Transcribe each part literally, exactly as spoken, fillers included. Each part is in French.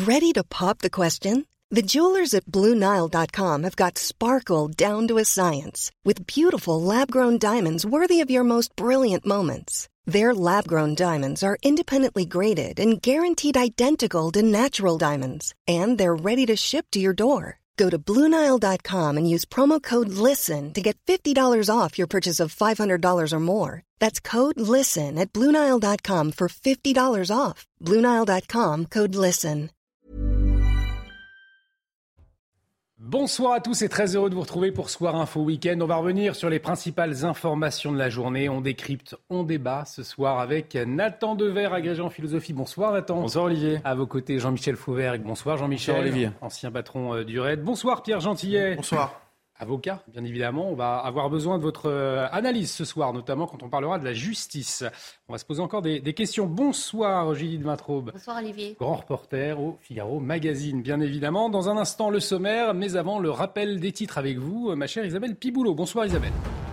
Ready to pop the question? The jewelers at Blue Nile dot com have got sparkle down to a science with beautiful lab-grown diamonds worthy of your most brilliant moments. Their lab-grown diamonds are independently graded and guaranteed identical to natural diamonds, and they're ready to ship to your door. Go to Blue Nile dot com and use promo code LISTEN to get fifty dollars off your purchase of five hundred dollars or more. That's code LISTEN at Blue Nile dot com for fifty dollars off. Blue Nile dot com, code LISTEN. Bonsoir à tous et très heureux de vous retrouver pour Soir Info Week-end. On va revenir sur les principales informations de la journée. On décrypte, on débat ce soir avec Nathan Dever, agrégé en philosophie. Bonsoir Nathan. Bonsoir Olivier. À vos côtés, Jean-Michel Fauvergue. Bonsoir Jean-Michel. Bonsoir Olivier. Ancien patron du R A I D. Bonsoir Pierre Gentillet. Bonsoir. Avocat, bien évidemment. On va avoir besoin de votre analyse ce soir, notamment quand on parlera de la justice. On va se poser encore des, des questions. Bonsoir Judith Vintraube. Bonsoir Olivier. Grand reporter au Figaro Magazine, bien évidemment. Dans un instant, le sommaire, mais avant, le rappel des titres avec vous, ma chère Isabelle Piboulot. Bonsoir Isabelle.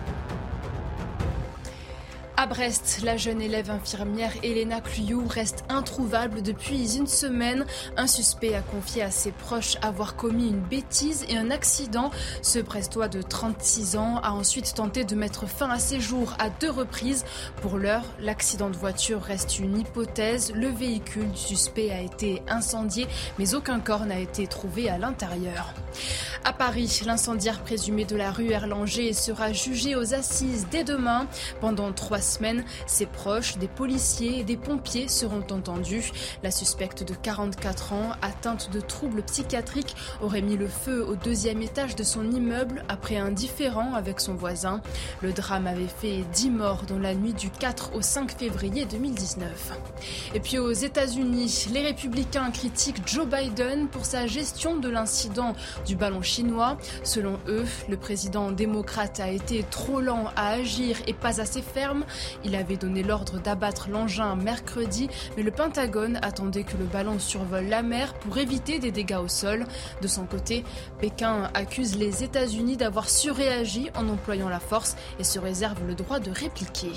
À Brest, la jeune élève infirmière Elena Cluyou reste introuvable depuis une semaine. Un suspect a confié à ses proches avoir commis une bêtise et un accident. Ce Brestois de trente-six ans a ensuite tenté de mettre fin à ses jours à deux reprises. Pour l'heure, l'accident de voiture reste une hypothèse. Le véhicule du suspect a été incendié, mais aucun corps n'a été trouvé à l'intérieur. À Paris, l'incendiaire présumé de la rue Erlanger sera jugé aux assises dès demain. Pendant trois semaines, ses proches, des policiers et des pompiers seront entendus. La suspecte de quarante-quatre ans, atteinte de troubles psychiatriques, aurait mis le feu au deuxième étage de son immeuble après un différend avec son voisin. Le drame avait fait dix morts dans la nuit du quatre au cinq février deux mille dix-neuf. Et puis aux États-Unis, les républicains critiquent Joe Biden pour sa gestion de l'incident du ballon chinois. Selon eux, le président démocrate a été trop lent à agir et pas assez ferme. Il avait donné l'ordre d'abattre l'engin mercredi, mais le Pentagone attendait que le ballon survole la mer pour éviter des dégâts au sol. De son côté, Pékin accuse les États-Unis d'avoir surréagi en employant la force et se réserve le droit de répliquer.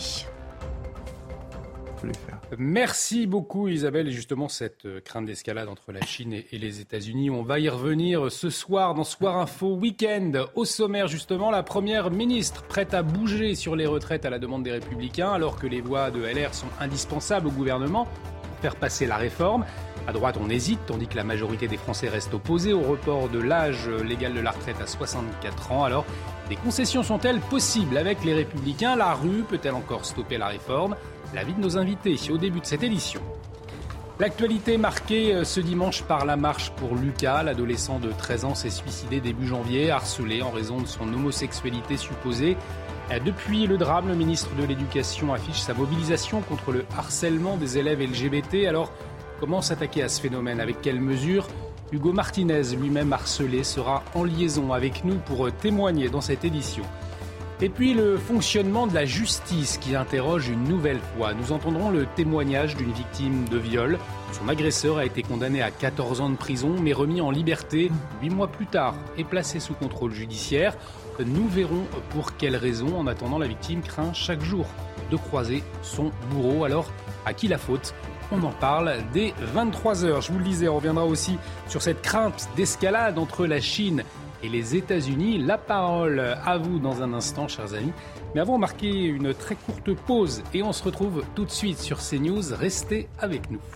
Merci beaucoup Isabelle. Et justement, cette crainte d'escalade entre la Chine et les États-Unis, on va y revenir ce soir dans Soir Info Week-end. Au sommaire, justement, la première ministre prête à bouger sur les retraites à la demande des Républicains, alors que les voix de L R sont indispensables au gouvernement pour faire passer la réforme. À droite, on hésite, tandis que la majorité des Français reste opposée au report de l'âge légal de la retraite à soixante-quatre ans. Alors, des concessions sont-elles possibles avec les Républicains? La rue peut-elle encore stopper la réforme? L'avis de nos invités au début de cette édition. L'actualité marquée ce dimanche par la marche pour Lucas. L'adolescent de treize ans s'est suicidé début janvier, harcelé en raison de son homosexualité supposée. Depuis le drame, le ministre de l'Éducation affiche sa mobilisation contre le harcèlement des élèves L G B T. Alors, comment s'attaquer à ce phénomène? Avec quelles mesures? Hugo Martinez, lui-même harcelé, sera en liaison avec nous pour témoigner dans cette édition. Et puis le fonctionnement de la justice qui interroge une nouvelle fois. Nous entendrons le témoignage d'une victime de viol. Son agresseur a été condamné à quatorze ans de prison, mais remis en liberté huit mois plus tard et placé sous contrôle judiciaire. Nous verrons pour quelles raisons. En attendant, la victime craint chaque jour de croiser son bourreau. Alors, à qui la faute? On en parle dès vingt-trois heures. Je vous le disais, on reviendra aussi sur cette crainte d'escalade entre la Chine et les États-Unis. La parole à vous dans un instant, chers amis. Mais avant, marquer une très courte pause et on se retrouve tout de suite sur CNews. Restez avec nous.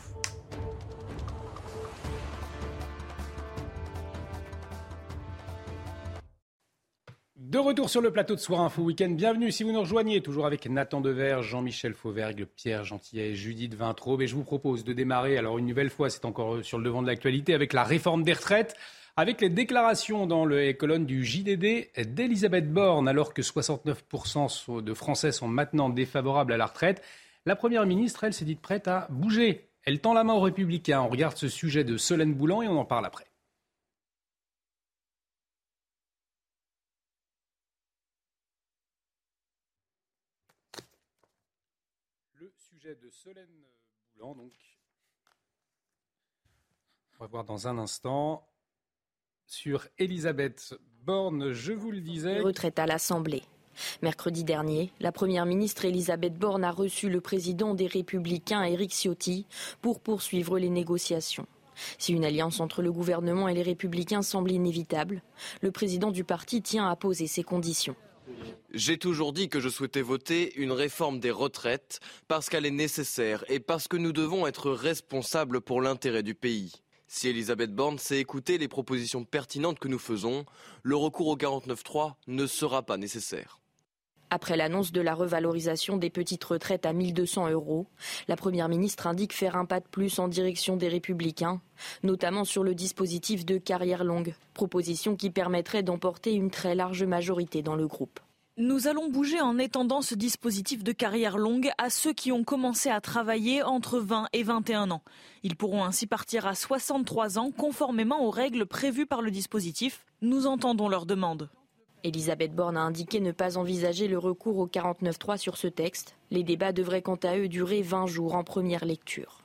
De retour sur le plateau de Soir Info Week-end. Bienvenue si vous nous rejoignez, toujours avec Nathan Dever, Jean-Michel Fauvergue, Pierre Gentillet, Judith Vintraube. Et je vous propose de démarrer, alors une nouvelle fois, c'est encore sur le devant de l'actualité, avec la réforme des retraites. Avec les déclarations dans les colonnes du J D D d'Elisabeth Borne, alors que soixante-neuf pour cent de Français sont maintenant défavorables à la retraite, la Première ministre, elle, s'est dite prête à bouger. Elle tend la main aux Républicains. On regarde ce sujet de Solène Boulan et on en parle après. Le sujet de Solène Boulan, donc, on va voir dans un instant. Sur Elisabeth Borne, je vous le disais. Retraite à l'Assemblée. Mercredi dernier, la Première ministre Elisabeth Borne a reçu le président des Républicains, Éric Ciotti, pour poursuivre les négociations. Si une alliance entre le gouvernement et les Républicains semble inévitable, le président du parti tient à poser ses conditions. J'ai toujours dit que je souhaitais voter une réforme des retraites parce qu'elle est nécessaire et parce que nous devons être responsables pour l'intérêt du pays. Si Elisabeth Borne sait écouter les propositions pertinentes que nous faisons, le recours au quarante-neuf trois ne sera pas nécessaire. Après l'annonce de la revalorisation des petites retraites à mille deux cents euros, la Première ministre indique faire un pas de plus en direction des Républicains, notamment sur le dispositif de carrière longue, proposition qui permettrait d'emporter une très large majorité dans le groupe. Nous allons bouger en étendant ce dispositif de carrière longue à ceux qui ont commencé à travailler entre vingt et vingt et un ans. Ils pourront ainsi partir à soixante-trois ans, conformément aux règles prévues par le dispositif. Nous entendons leurs demandes. Elisabeth Borne a indiqué ne pas envisager le recours au quarante-neuf trois sur ce texte. Les débats devraient quant à eux durer vingt jours en première lecture.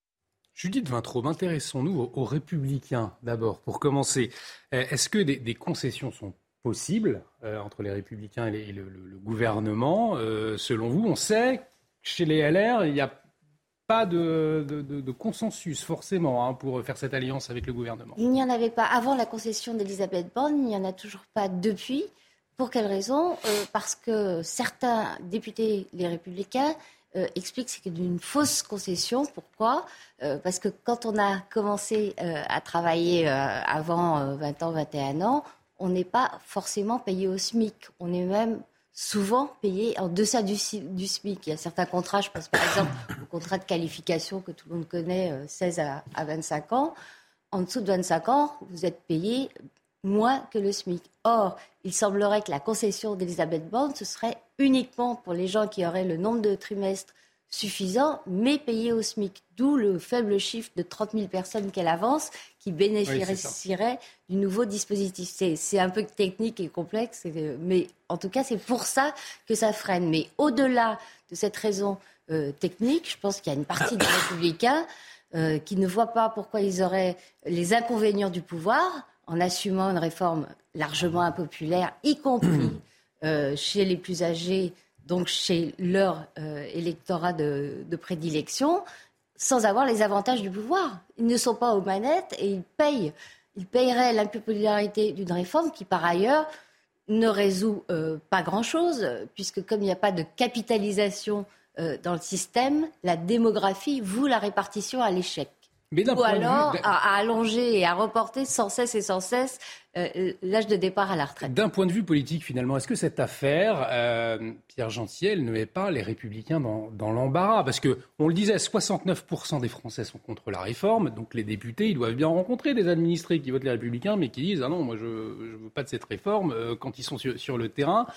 Judith Vintraube, intéressons-nous aux, aux Républicains d'abord. Pour commencer, est-ce que des, des concessions sont possibles euh, entre les Républicains et, les, et le, le, le gouvernement euh, selon vous? On sait que chez les L R, il n'y a pas de, de, de, de consensus forcément hein, pour faire cette alliance avec le gouvernement. Il n'y en avait pas avant la concession d'Elisabeth Borne, il n'y en a toujours pas depuis. Pour quelle raison ? euh, Parce que certains députés, les Républicains, euh, expliquent que c'est d'une fausse concession. Pourquoi ? euh, Parce que quand on a commencé euh, à travailler euh, avant euh, vingt ans, vingt et un ans, on n'est pas forcément payé au SMIC. On est même souvent payé en deçà du, du SMIC. Il y a certains contrats, je pense par exemple au contrat de qualification que tout le monde connaît, seize à vingt-cinq ans. En dessous de vingt-cinq ans, vous êtes payé moins que le SMIC. Or, il semblerait que la concession d'Elisabeth Borne, ce serait uniquement pour les gens qui auraient le nombre de trimestres suffisant, mais payés au SMIC. D'où le faible chiffre de trente mille personnes qu'elle avance qui bénéficieraient oui, du nouveau dispositif. C'est, c'est un peu technique et complexe, mais en tout cas, c'est pour ça que ça freine. Mais au-delà de cette raison euh, technique, je pense qu'il y a une partie des Républicains euh, qui ne voient pas pourquoi ils auraient les inconvénients du pouvoir en assumant une réforme largement impopulaire, y compris euh, chez les plus âgés, donc chez leur euh, électorat de, de prédilection, sans avoir les avantages du pouvoir. Ils ne sont pas aux manettes et ils payent. Ils paieraient l'impopularité d'une réforme qui, par ailleurs, ne résout euh, pas grand-chose, puisque comme il n'y a pas de capitalisation euh, dans le système, la démographie voue la répartition à l'échec. Mais Ou alors vue... à, à allonger et à reporter sans cesse et sans cesse euh, l'âge de départ à la retraite. D'un point de vue politique, finalement, est-ce que cette affaire, euh, Pierre Gentiel, ne met pas les Républicains dans, dans l'embarras ? Parce qu'on le disait, soixante-neuf pour cent des Français sont contre la réforme, donc les députés, ils doivent bien rencontrer des administrés qui votent les Républicains, mais qui disent « Ah non, moi je ne veux pas de cette réforme euh, » quand ils sont sur, sur le terrain.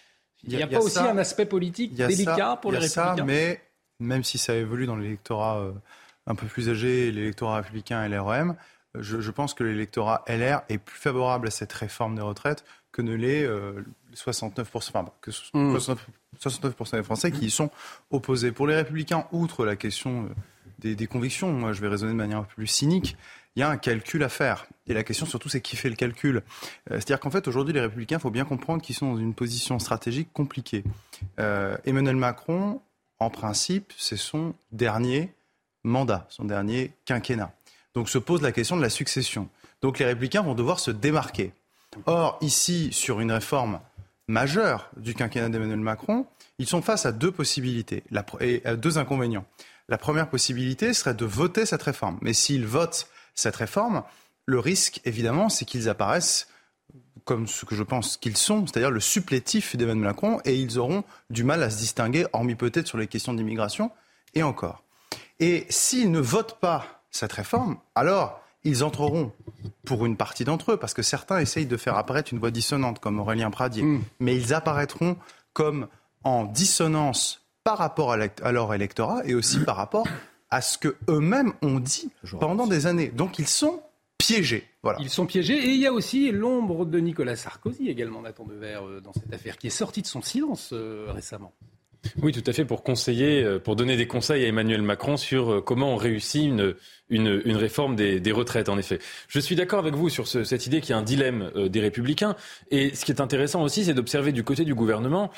Il n'y a, a, a pas aussi ça, un aspect politique délicat ça, pour les Républicains. Ça, mais même si ça évolue dans l'électorat euh, un peu plus âgé, l'électorat républicain et l'R E M, je, je pense que l'électorat L R est plus favorable à cette réforme des retraites que ne l'est euh, soixante-neuf pour cent, enfin, que soixante-neuf pour cent des Français qui y sont opposés. Pour les Républicains, outre la question des, des convictions, moi je vais raisonner de manière un peu plus cynique, il y a un calcul à faire. Et la question surtout, c'est qui fait le calcul. Euh, c'est-à-dire qu'en fait, aujourd'hui, les Républicains, il faut bien comprendre qu'ils sont dans une position stratégique compliquée. Euh, Emmanuel Macron, en principe, c'est son dernier mandat, son dernier quinquennat. Donc se pose la question de la succession. Donc les Républicains vont devoir se démarquer. Or, ici, sur une réforme majeure du quinquennat d'Emmanuel Macron, ils sont face à deux possibilités la, et à deux inconvénients. La première possibilité serait de voter cette réforme. Mais s'ils votent cette réforme, le risque, évidemment, c'est qu'ils apparaissent comme ce que je pense qu'ils sont, c'est-à-dire le supplétif d'Emmanuel Macron, et ils auront du mal à se distinguer, hormis peut-être sur les questions d'immigration, et encore. Et s'ils ne votent pas cette réforme, alors ils entreront pour une partie d'entre eux, parce que certains essayent de faire apparaître une voix dissonante, comme Aurélien Pradier, mmh. mais ils apparaîtront comme en dissonance par rapport à leur électorat et aussi par rapport à ce qu'eux-mêmes ont dit pendant des années. Donc ils sont piégés. Voilà. Ils sont piégés, et il y a aussi l'ombre de Nicolas Sarkozy également, Nathan Devers, dans cette affaire, qui est sorti de son silence euh, récemment. Oui, tout à fait, pour conseiller, pour donner des conseils à Emmanuel Macron sur comment on réussit une, une, une réforme des, des retraites, en effet. Je suis d'accord avec vous sur ce, cette idée qu'il y a un dilemme euh, des Républicains. Et ce qui est intéressant aussi, c'est d'observer du côté du gouvernement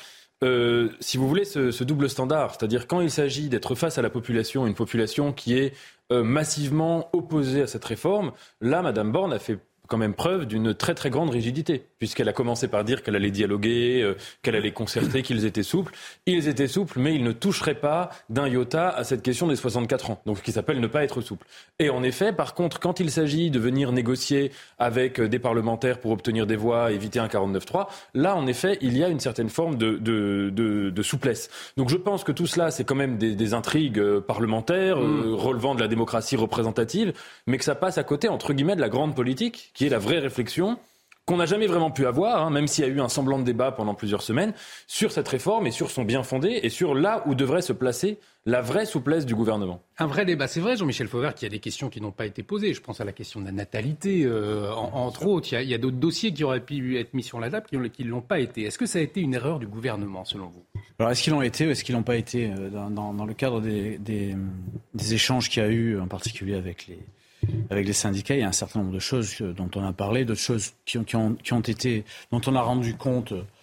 euh, si vous voulez, ce, ce double standard. C'est-à-dire quand il s'agit d'être face à la population, une population qui est euh, massivement opposée à cette réforme, là, Mme Borne a fait quand même preuve d'une très très grande rigidité, puisqu'elle a commencé par dire qu'elle allait dialoguer, euh, qu'elle allait concerter, qu'ils étaient souples. Ils étaient souples, mais ils ne toucheraient pas d'un iota à cette question des soixante-quatre ans, donc ce qui s'appelle ne pas être souple. Et en effet, par contre, quand il s'agit de venir négocier avec des parlementaires pour obtenir des voix, éviter un quarante-neuf trois, là, en effet, il y a une certaine forme de, de, de, de souplesse. Donc je pense que tout cela, c'est quand même des, des intrigues parlementaires, mmh. euh, relevant de la démocratie représentative, mais que ça passe à côté, entre guillemets, de la grande politique, qui est la vraie réflexion qu'on n'a jamais vraiment pu avoir, hein, même s'il y a eu un semblant de débat pendant plusieurs semaines, sur cette réforme et sur son bien fondé et sur là où devrait se placer la vraie souplesse du gouvernement. Un vrai débat. C'est vrai, Jean-Michel Fauvert, qu'il y a des questions qui n'ont pas été posées. Je pense à la question de la natalité, euh, en, entre autres. Il y a, il y a d'autres dossiers qui auraient pu être mis sur la table qui ne l'ont pas été. Est-ce que ça a été une erreur du gouvernement, selon vous ? Alors, est-ce qu'ils l'ont été ou est-ce qu'ils ne l'ont pas été dans, dans, dans le cadre des, des, des échanges qu'il y a eu, en particulier avec les... Avec les syndicats, il y a un certain nombre de choses dont on a parlé, d'autres choses qui ont, qui ont, qui ont été, dont on a rendu compte euh,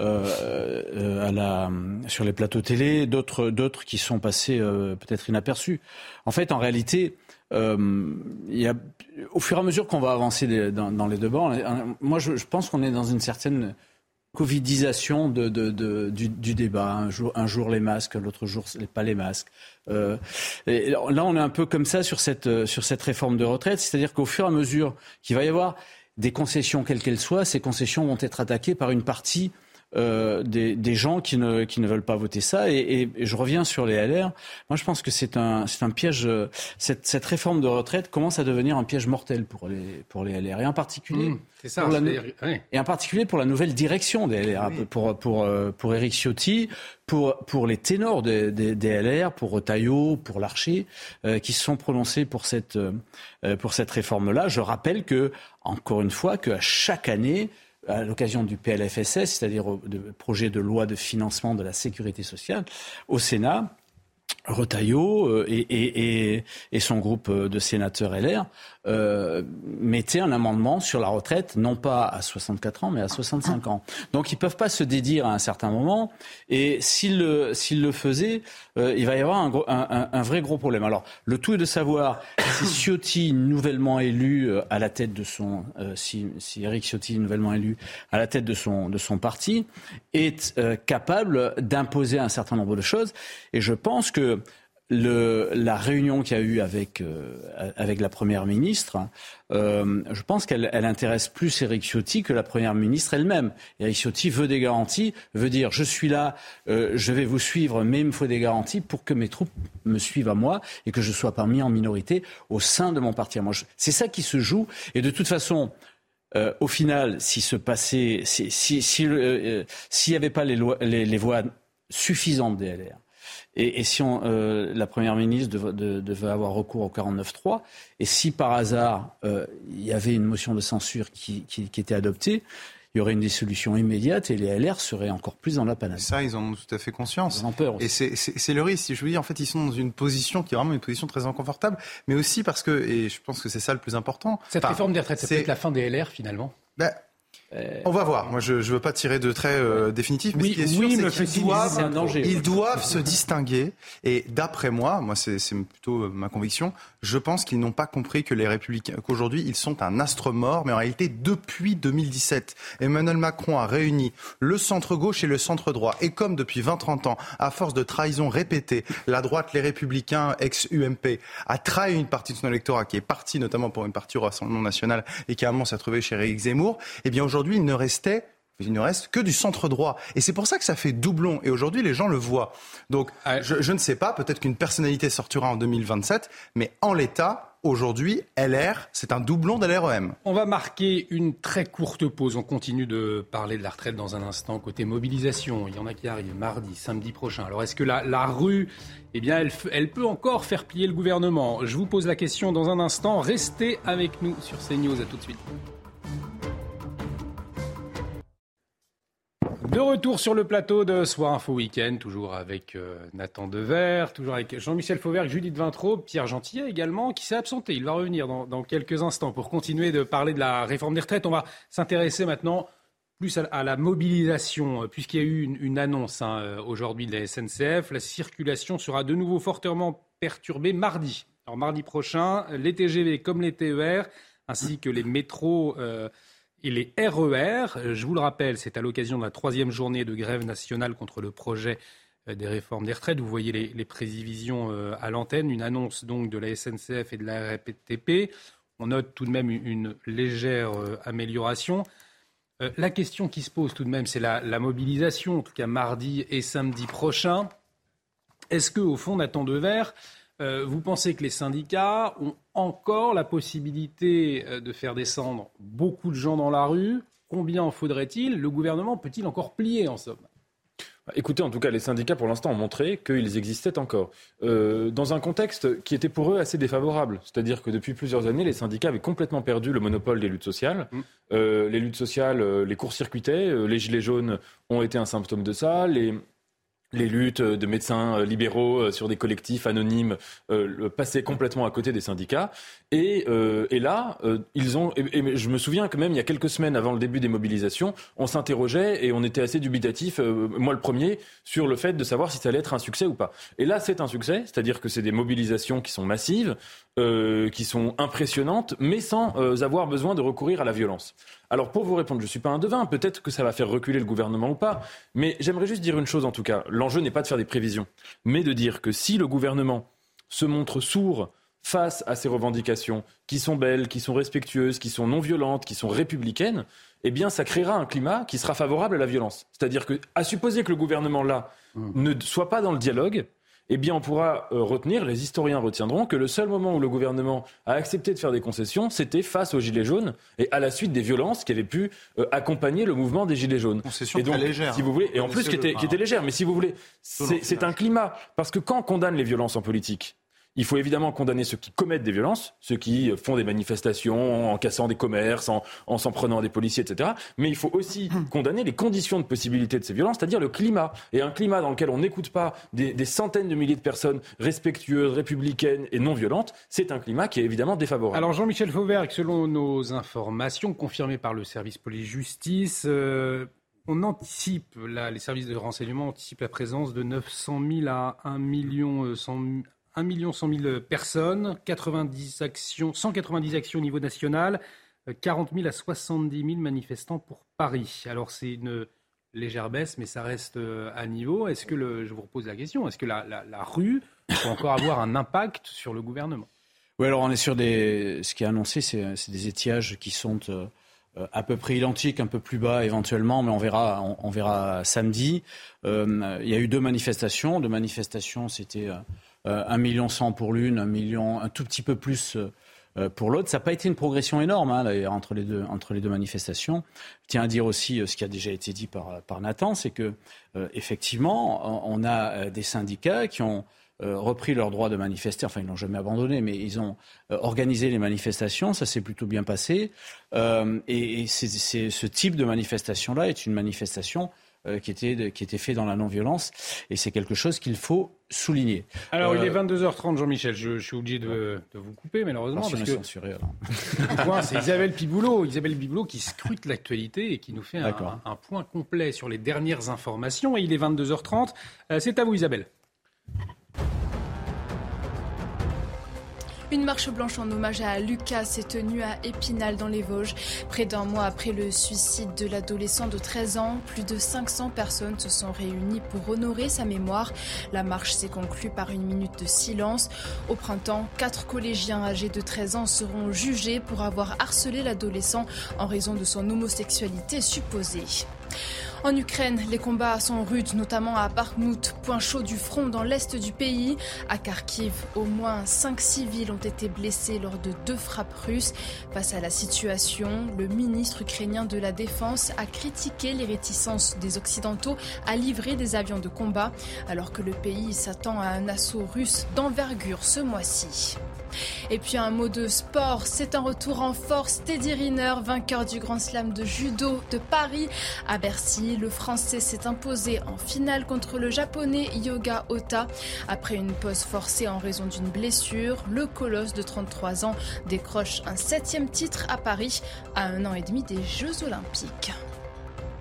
euh, à la, sur les plateaux télé, d'autres, d'autres qui sont passées euh, peut-être inaperçues. En fait, en réalité, euh, il y a, au fur et à mesure qu'on va avancer des, dans, dans les débats, moi je, je pense qu'on est dans une certaine covidisation de, de, de, du, du débat. Un jour, un jour les masques, l'autre jour pas les masques. Euh, et là, on est un peu comme ça sur cette, sur cette réforme de retraite. C'est-à-dire qu'au fur et à mesure qu'il va y avoir des concessions, quelles qu'elles soient, ces concessions vont être attaquées par une partie euh, des, des gens qui ne, qui ne veulent pas voter ça. Et, et, et je reviens sur les L R. Moi, je pense que c'est un, c'est un piège. Cette, cette réforme de retraite commence à devenir un piège mortel pour les, pour les L R. Et en particulier... Mmh. C'est ça, la, oui. Et en particulier pour la nouvelle direction des L R, oui. pour, pour, pour Éric Ciotti, pour, pour les ténors des, des, des L R, pour Retailleau, pour Larcher, euh, qui se sont prononcés pour cette, euh, pour cette réforme-là. Je rappelle que, encore une fois, qu'à chaque année, à l'occasion du P L F S S, c'est-à-dire au de, projet de loi de financement de la sécurité sociale, au Sénat, Retailleau et, et, et, et son groupe de sénateurs L R euh, mettaient un amendement sur la retraite, non pas à soixante-quatre ans, mais à soixante-cinq ans. Donc ils ne peuvent pas se dédire à un certain moment, et s'ils le, s'ils le faisaient, euh, il va y avoir un, gros, un, un, un vrai gros problème. Alors, le tout est de savoir si Ciotti, nouvellement élu à la tête de son... Euh, si, si Éric Ciotti, nouvellement élu à la tête de son, de son parti, est euh, capable d'imposer un certain nombre de choses. Et je pense que le, la réunion qu'il y a eu avec, euh, avec la Première ministre, euh, je pense qu'elle elle intéresse plus Éric Ciotti que la Première ministre elle-même. Éric Ciotti veut des garanties, veut dire je suis là, euh, je vais vous suivre, mais il me faut des garanties pour que mes troupes me suivent à moi et que je ne sois pas mis en minorité au sein de mon parti. Moi, je, c'est ça qui se joue. Et de toute façon... Euh, au final, si se passait, si, si, si, euh, s'il n'y avait pas les, lois, les, les voix suffisantes des L R, et, et si on, euh, la Première ministre devait, de, devait avoir recours au quarante-neuf trois, et si par hasard euh, il y avait une motion de censure qui, qui, qui était adoptée, il y aurait une dissolution immédiate et les L R seraient encore plus dans la panade. Ça, ils en ont tout à fait conscience. Ils en ont peur aussi. Et c'est, c'est, c'est le risque. Si je vous dis, en fait, ils sont dans une position qui est vraiment une position très inconfortable, mais aussi parce que, et je pense que c'est ça le plus important. Cette enfin, réforme des retraites, c'est peut-être la fin des L R finalement. Ben, Euh... On va voir. Moi, je ne veux pas tirer de traits euh, définitifs, mais oui, ce qui est sûr, oui, c'est qu'ils doivent, c'est un danger, ils ouais. doivent se distinguer. Et d'après moi, moi, c'est, c'est plutôt ma conviction, je pense qu'ils n'ont pas compris que les Républicains, qu'aujourd'hui, ils sont un astre mort, mais en réalité, depuis deux mille dix-sept, Emmanuel Macron a réuni le centre-gauche et le centre-droit. Et comme depuis vingt à trente ans, à force de trahison répétée, la droite, les Républicains, ex-U M P, a trahi une partie de son électorat qui est parti notamment pour une partie au Rassemblement national et qui à un moment s'est trouvé chez Éric Zemmour, eh bien aujourd'hui, il ne restait il ne reste que du centre droit. Et c'est pour ça que ça fait doublon. Et aujourd'hui, les gens le voient. Donc, je, je ne sais pas, peut-être qu'une personnalité sortira en deux mille vingt-sept, mais en l'état, aujourd'hui, L R, c'est un doublon de l'R E M. On va marquer une très courte pause. On continue de parler de la retraite dans un instant. Côté mobilisation, il y en a qui arrivent mardi, samedi prochain. Alors, est-ce que la, la rue, eh bien, elle, elle peut encore faire plier le gouvernement ? Je vous pose la question dans un instant. Restez avec nous sur CNews. À tout de suite. De retour sur le plateau de Soir Info Week-end, toujours avec euh, Nathan Dever, toujours avec Jean-Michel Fauvert, Judith Vintraud, Pierre Gentillet également, qui s'est absenté. Il va revenir dans, dans quelques instants pour continuer de parler de la réforme des retraites. On va s'intéresser maintenant plus à, à la mobilisation, puisqu'il y a eu une, une annonce hein, aujourd'hui de la S N C F. La circulation sera de nouveau fortement perturbée mardi. Alors mardi prochain, les T G V comme les T E R, ainsi que les métros euh, et les R E R. Je vous le rappelle, c'est à l'occasion de la troisième journée de grève nationale contre le projet des réformes des retraites. Vous voyez les, les prévisions euh, à l'antenne. Une annonce donc de la S N C F et de la R A T P. On note tout de même une, une légère euh, amélioration. Euh, la question qui se pose tout de même, c'est la, la mobilisation, en tout cas mardi et samedi prochain. Est-ce qu'au fond, Nathan Devers, euh, vous pensez que les syndicats ont encore la possibilité euh, de faire descendre beaucoup de gens dans la rue ? Combien en faudrait-il ? Le gouvernement peut-il encore plier en somme ? Écoutez, en tout cas, les syndicats, pour l'instant, ont montré qu'ils existaient encore. Euh, dans un contexte qui était pour eux assez défavorable. C'est-à-dire que depuis plusieurs années, les syndicats avaient complètement perdu le monopole des luttes sociales. Mmh. Euh, les luttes sociales, euh, les court-circuitaient. Euh, les gilets jaunes ont été un symptôme de ça. Les... Les luttes de médecins libéraux sur des collectifs anonymes euh, passaient complètement à côté des syndicats. Et, euh, et là, euh, ils ont. Et, et je me souviens que même il y a quelques semaines avant le début des mobilisations, on s'interrogeait et on était assez dubitatif, euh, moi le premier, sur le fait de savoir si ça allait être un succès ou pas. Et là, c'est un succès, c'est-à-dire que c'est des mobilisations qui sont massives, euh, qui sont impressionnantes, mais sans euh, avoir besoin de recourir à la violence. Alors pour vous répondre, je ne suis pas un devin, peut-être que ça va faire reculer le gouvernement ou pas, mais j'aimerais juste dire une chose en tout cas. L'enjeu n'est pas de faire des prévisions, mais de dire que si le gouvernement se montre sourd face à ces revendications, qui sont belles, qui sont respectueuses, qui sont non violentes, qui sont républicaines, eh bien ça créera un climat qui sera favorable à la violence. C'est-à-dire que, à supposer que le gouvernement là mmh. ne soit pas dans le dialogue, eh bien on pourra euh, retenir, les historiens retiendront, que le seul moment où le gouvernement a accepté de faire des concessions, c'était face aux Gilets jaunes et à la suite des violences qui avaient pu euh, accompagner le mouvement des Gilets jaunes. Concession et donc, très légère. Si vous voulez, et en plus qui était, qui était légère, mais si vous voulez, c'est, c'est un climat. Parce que quand on condamne les violences en politique, il faut évidemment condamner ceux qui commettent des violences, ceux qui font des manifestations en cassant des commerces, en, en s'en prenant à des policiers, et cetera. Mais il faut aussi condamner les conditions de possibilité de ces violences, c'est-à-dire le climat. Et un climat dans lequel on n'écoute pas des, des centaines de milliers de personnes respectueuses, républicaines et non violentes, c'est un climat qui est évidemment défavorable. Alors Jean-Michel Fauvergue, selon nos informations confirmées par le service police-justice, euh, on anticipe, là, les services de renseignement anticipent la présence de neuf cent mille à un million cent mille un million cent mille personnes, quatre-vingt-dix actions, cent quatre-vingt-dix actions au niveau national, quarante mille à soixante-dix mille manifestants pour Paris. Alors c'est une légère baisse, mais ça reste à niveau. Est-ce que, le, je vous repose la question, est-ce que la, la, la rue peut encore avoir un impact sur le gouvernement ? Oui, alors on est sur des... Ce qui est annoncé, c'est, c'est des étiages qui sont euh, à peu près identiques, un peu plus bas éventuellement, mais on verra, on, on verra samedi. Euh, il y a eu deux manifestations. Deux manifestations, c'était... Euh, Euh, un million cent pour l'une, un million, un tout petit peu plus euh, pour l'autre. Ça n'a pas été une progression énorme hein, d'ailleurs, entre les deux entre les deux manifestations. Je tiens à dire aussi euh, ce qui a déjà été dit par par Nathan, c'est que euh, effectivement, on a euh, des syndicats qui ont euh, repris leur droit de manifester. Enfin, ils l'ont jamais abandonné, mais ils ont euh, organisé les manifestations. Ça s'est plutôt bien passé. Euh, et et c'est, c'est, ce type de manifestation-là est une manifestation Euh, qui était, qui était fait dans la non-violence. Et c'est quelque chose qu'il faut souligner. Alors, euh, il est vingt-deux heures trente, Jean-Michel. Je, je suis obligé de, de vous couper, malheureusement. Parce que censuré, alors. Point, c'est Isabelle Piboulot. Isabelle Piboulot qui scrute l'actualité et qui nous fait un, un, un point complet sur les dernières informations. Et il est vingt-deux heures trente. Euh, c'est à vous, Isabelle. Une marche blanche en hommage à Lucas s'est tenue à Épinal dans les Vosges. Près d'un mois après le suicide de l'adolescent de treize ans, plus de cinq cents personnes se sont réunies pour honorer sa mémoire. La marche s'est conclue par une minute de silence. Au printemps, quatre collégiens âgés de treize ans seront jugés pour avoir harcelé l'adolescent en raison de son homosexualité supposée. En Ukraine, les combats sont rudes, notamment à Bakhmout, point chaud du front dans l'est du pays. À Kharkiv, au moins cinq civils ont été blessés lors de deux frappes russes. Face à la situation, le ministre ukrainien de la Défense a critiqué les réticences des Occidentaux à livrer des avions de combat, alors que le pays s'attend à un assaut russe d'envergure ce mois-ci. Et puis un mot de sport, c'est un retour en force. Teddy Riner, vainqueur du Grand Slam de judo de Paris. À Bercy, le Français s'est imposé en finale contre le Japonais Yoga Ota. Après une pause forcée en raison d'une blessure, le colosse de trente-trois ans décroche un septième titre à Paris, à un an et demi des Jeux Olympiques.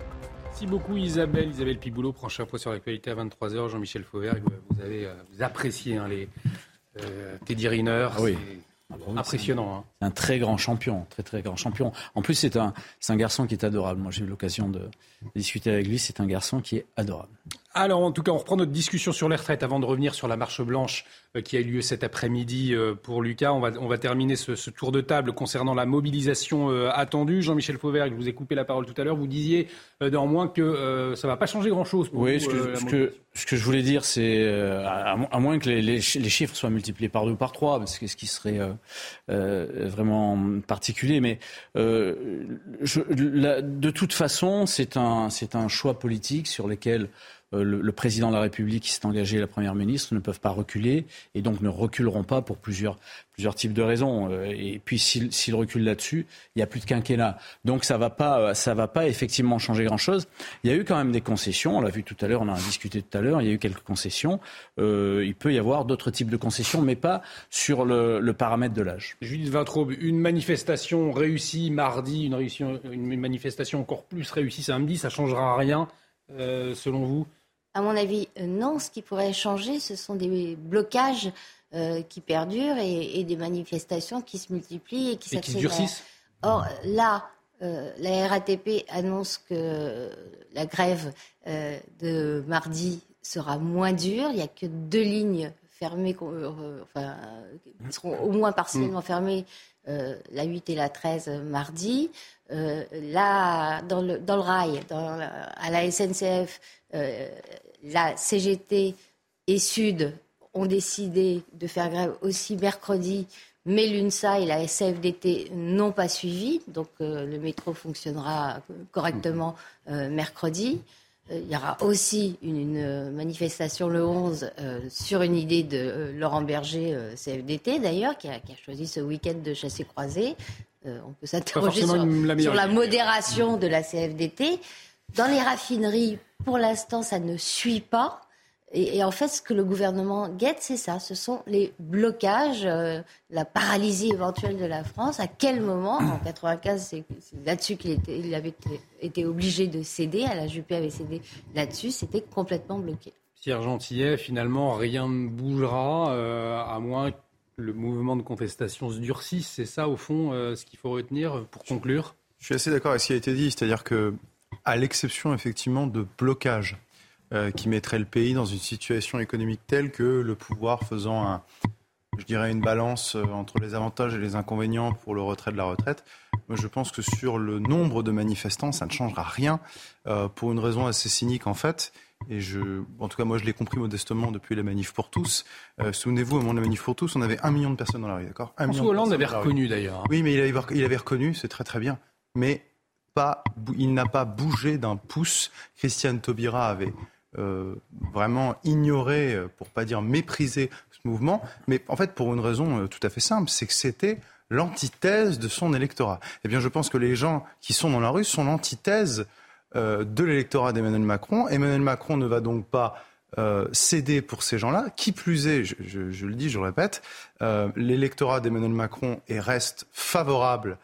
Merci beaucoup Isabelle. Isabelle Piboulot, prochain point sur l'actualité à vingt-trois heures. Jean-Michel Fauvergue, vous avez vous appréciez hein, les euh, Teddy Riner. Ah oui. Ah bah oui, impressionnant. Hein. C'est un très grand champion, très très grand champion. En plus, c'est un, c'est un garçon qui est adorable. Moi, j'ai eu l'occasion de discuter avec lui. C'est un garçon qui est adorable. Alors, en tout cas, on reprend notre discussion sur les retraites avant de revenir sur la marche blanche euh, qui a eu lieu cet après-midi euh, pour Lucas. On va, on va terminer ce, ce tour de table concernant la mobilisation euh, attendue. Jean-Michel Fauvergue, je vous ai coupé la parole tout à l'heure. Vous disiez euh, néanmoins que euh, ça ne va pas changer grand-chose pour oui, vous. Ce que, euh, ce, que, ce que je voulais dire, c'est euh, à, à moins que les, les, les chiffres soient multipliés par deux ou par trois, parce que ce qui serait euh, euh, vraiment particulier. Mais euh, je, la, de toute façon, c'est un, c'est un choix politique sur lequel Le, le président de la République qui s'est engagé et la Première ministre ne peuvent pas reculer et donc ne reculeront pas pour plusieurs, plusieurs types de raisons. Et puis s'ils, s'ils reculent là-dessus, il n'y a plus de quinquennat. Donc ça ne va pas, ça va pas effectivement changer grand-chose. Il y a eu quand même des concessions, on l'a vu tout à l'heure, on en a discuté tout à l'heure, il y a eu quelques concessions. Euh, il peut y avoir d'autres types de concessions, mais pas sur le, le paramètre de l'âge. Judith Vintraube, une manifestation réussie mardi, une, réussi, une manifestation encore plus réussie samedi, ça ne changera rien euh, selon vous ? À mon avis, non. Ce qui pourrait changer, ce sont des blocages euh, qui perdurent et, et des manifestations qui se multiplient et qui et s'accélèrent. Qui se durcissent. Or, là, euh, la R A T P annonce que la grève euh, de mardi sera moins dure. Il n'y a que deux lignes fermées, euh, enfin, qui seront au moins partiellement fermées, euh, la huit et la treize mardi. Euh, là, dans le, dans le rail, dans la, à la S N C F, euh, la C G T et Sud ont décidé de faire grève aussi mercredi, mais l'UNSA et la S F D T n'ont pas suivi, donc euh, le métro fonctionnera correctement euh, mercredi. Euh, il y aura aussi une, une manifestation le onze euh, sur une idée de euh, Laurent Berger, euh, C F D T d'ailleurs, qui a, qui a choisi ce week-end de chassé-croisé. Euh, on peut s'interroger sur la, sur la modération de la C F D T. Dans les raffineries, pour l'instant, ça ne suit pas. Et, et en fait, ce que le gouvernement guette, c'est ça. Ce sont les blocages, euh, la paralysie éventuelle de la France. À quel moment, en quatre-vingt-quinze, c'est, c'est là-dessus qu'il était, il avait été, été obligé de céder. À la Juppé avait cédé là-dessus. C'était complètement bloqué. Pierre Gentillet, finalement, rien ne bougera, euh, à moins que le mouvement de contestation se durcisse. C'est ça, au fond, euh, ce qu'il faut retenir pour conclure ? Je suis assez d'accord avec ce qui a été dit. C'est-à-dire que, à l'exception, effectivement, de blocage euh, qui mettrait le pays dans une situation économique telle que le pouvoir faisant, un, je dirais, une balance euh, entre les avantages et les inconvénients pour le retrait de la retraite, moi, je pense que sur le nombre de manifestants, ça ne changera rien euh, pour une raison assez cynique, en fait. Et je, en tout cas, moi, je l'ai compris modestement depuis la Manif pour tous. Euh, souvenez-vous, au moment de la Manif pour tous, on avait un million de personnes dans la rue, d'accord ? François Hollande avait reconnu, d'ailleurs. Oui, mais il avait, il avait reconnu, c'est très très bien. Mais pas, il n'a pas bougé d'un pouce. Christiane Taubira avait euh, vraiment ignoré, pour pas dire méprisé, ce mouvement. Mais en fait, pour une raison euh, tout à fait simple, c'est que c'était l'antithèse de son électorat. Eh bien, je pense que les gens qui sont dans la rue sont l'antithèse euh, de l'électorat d'Emmanuel Macron. Emmanuel Macron ne va donc pas euh, céder pour ces gens-là. Qui plus est, je, je, je le dis, je le répète, euh, l'électorat d'Emmanuel Macron est, reste favorable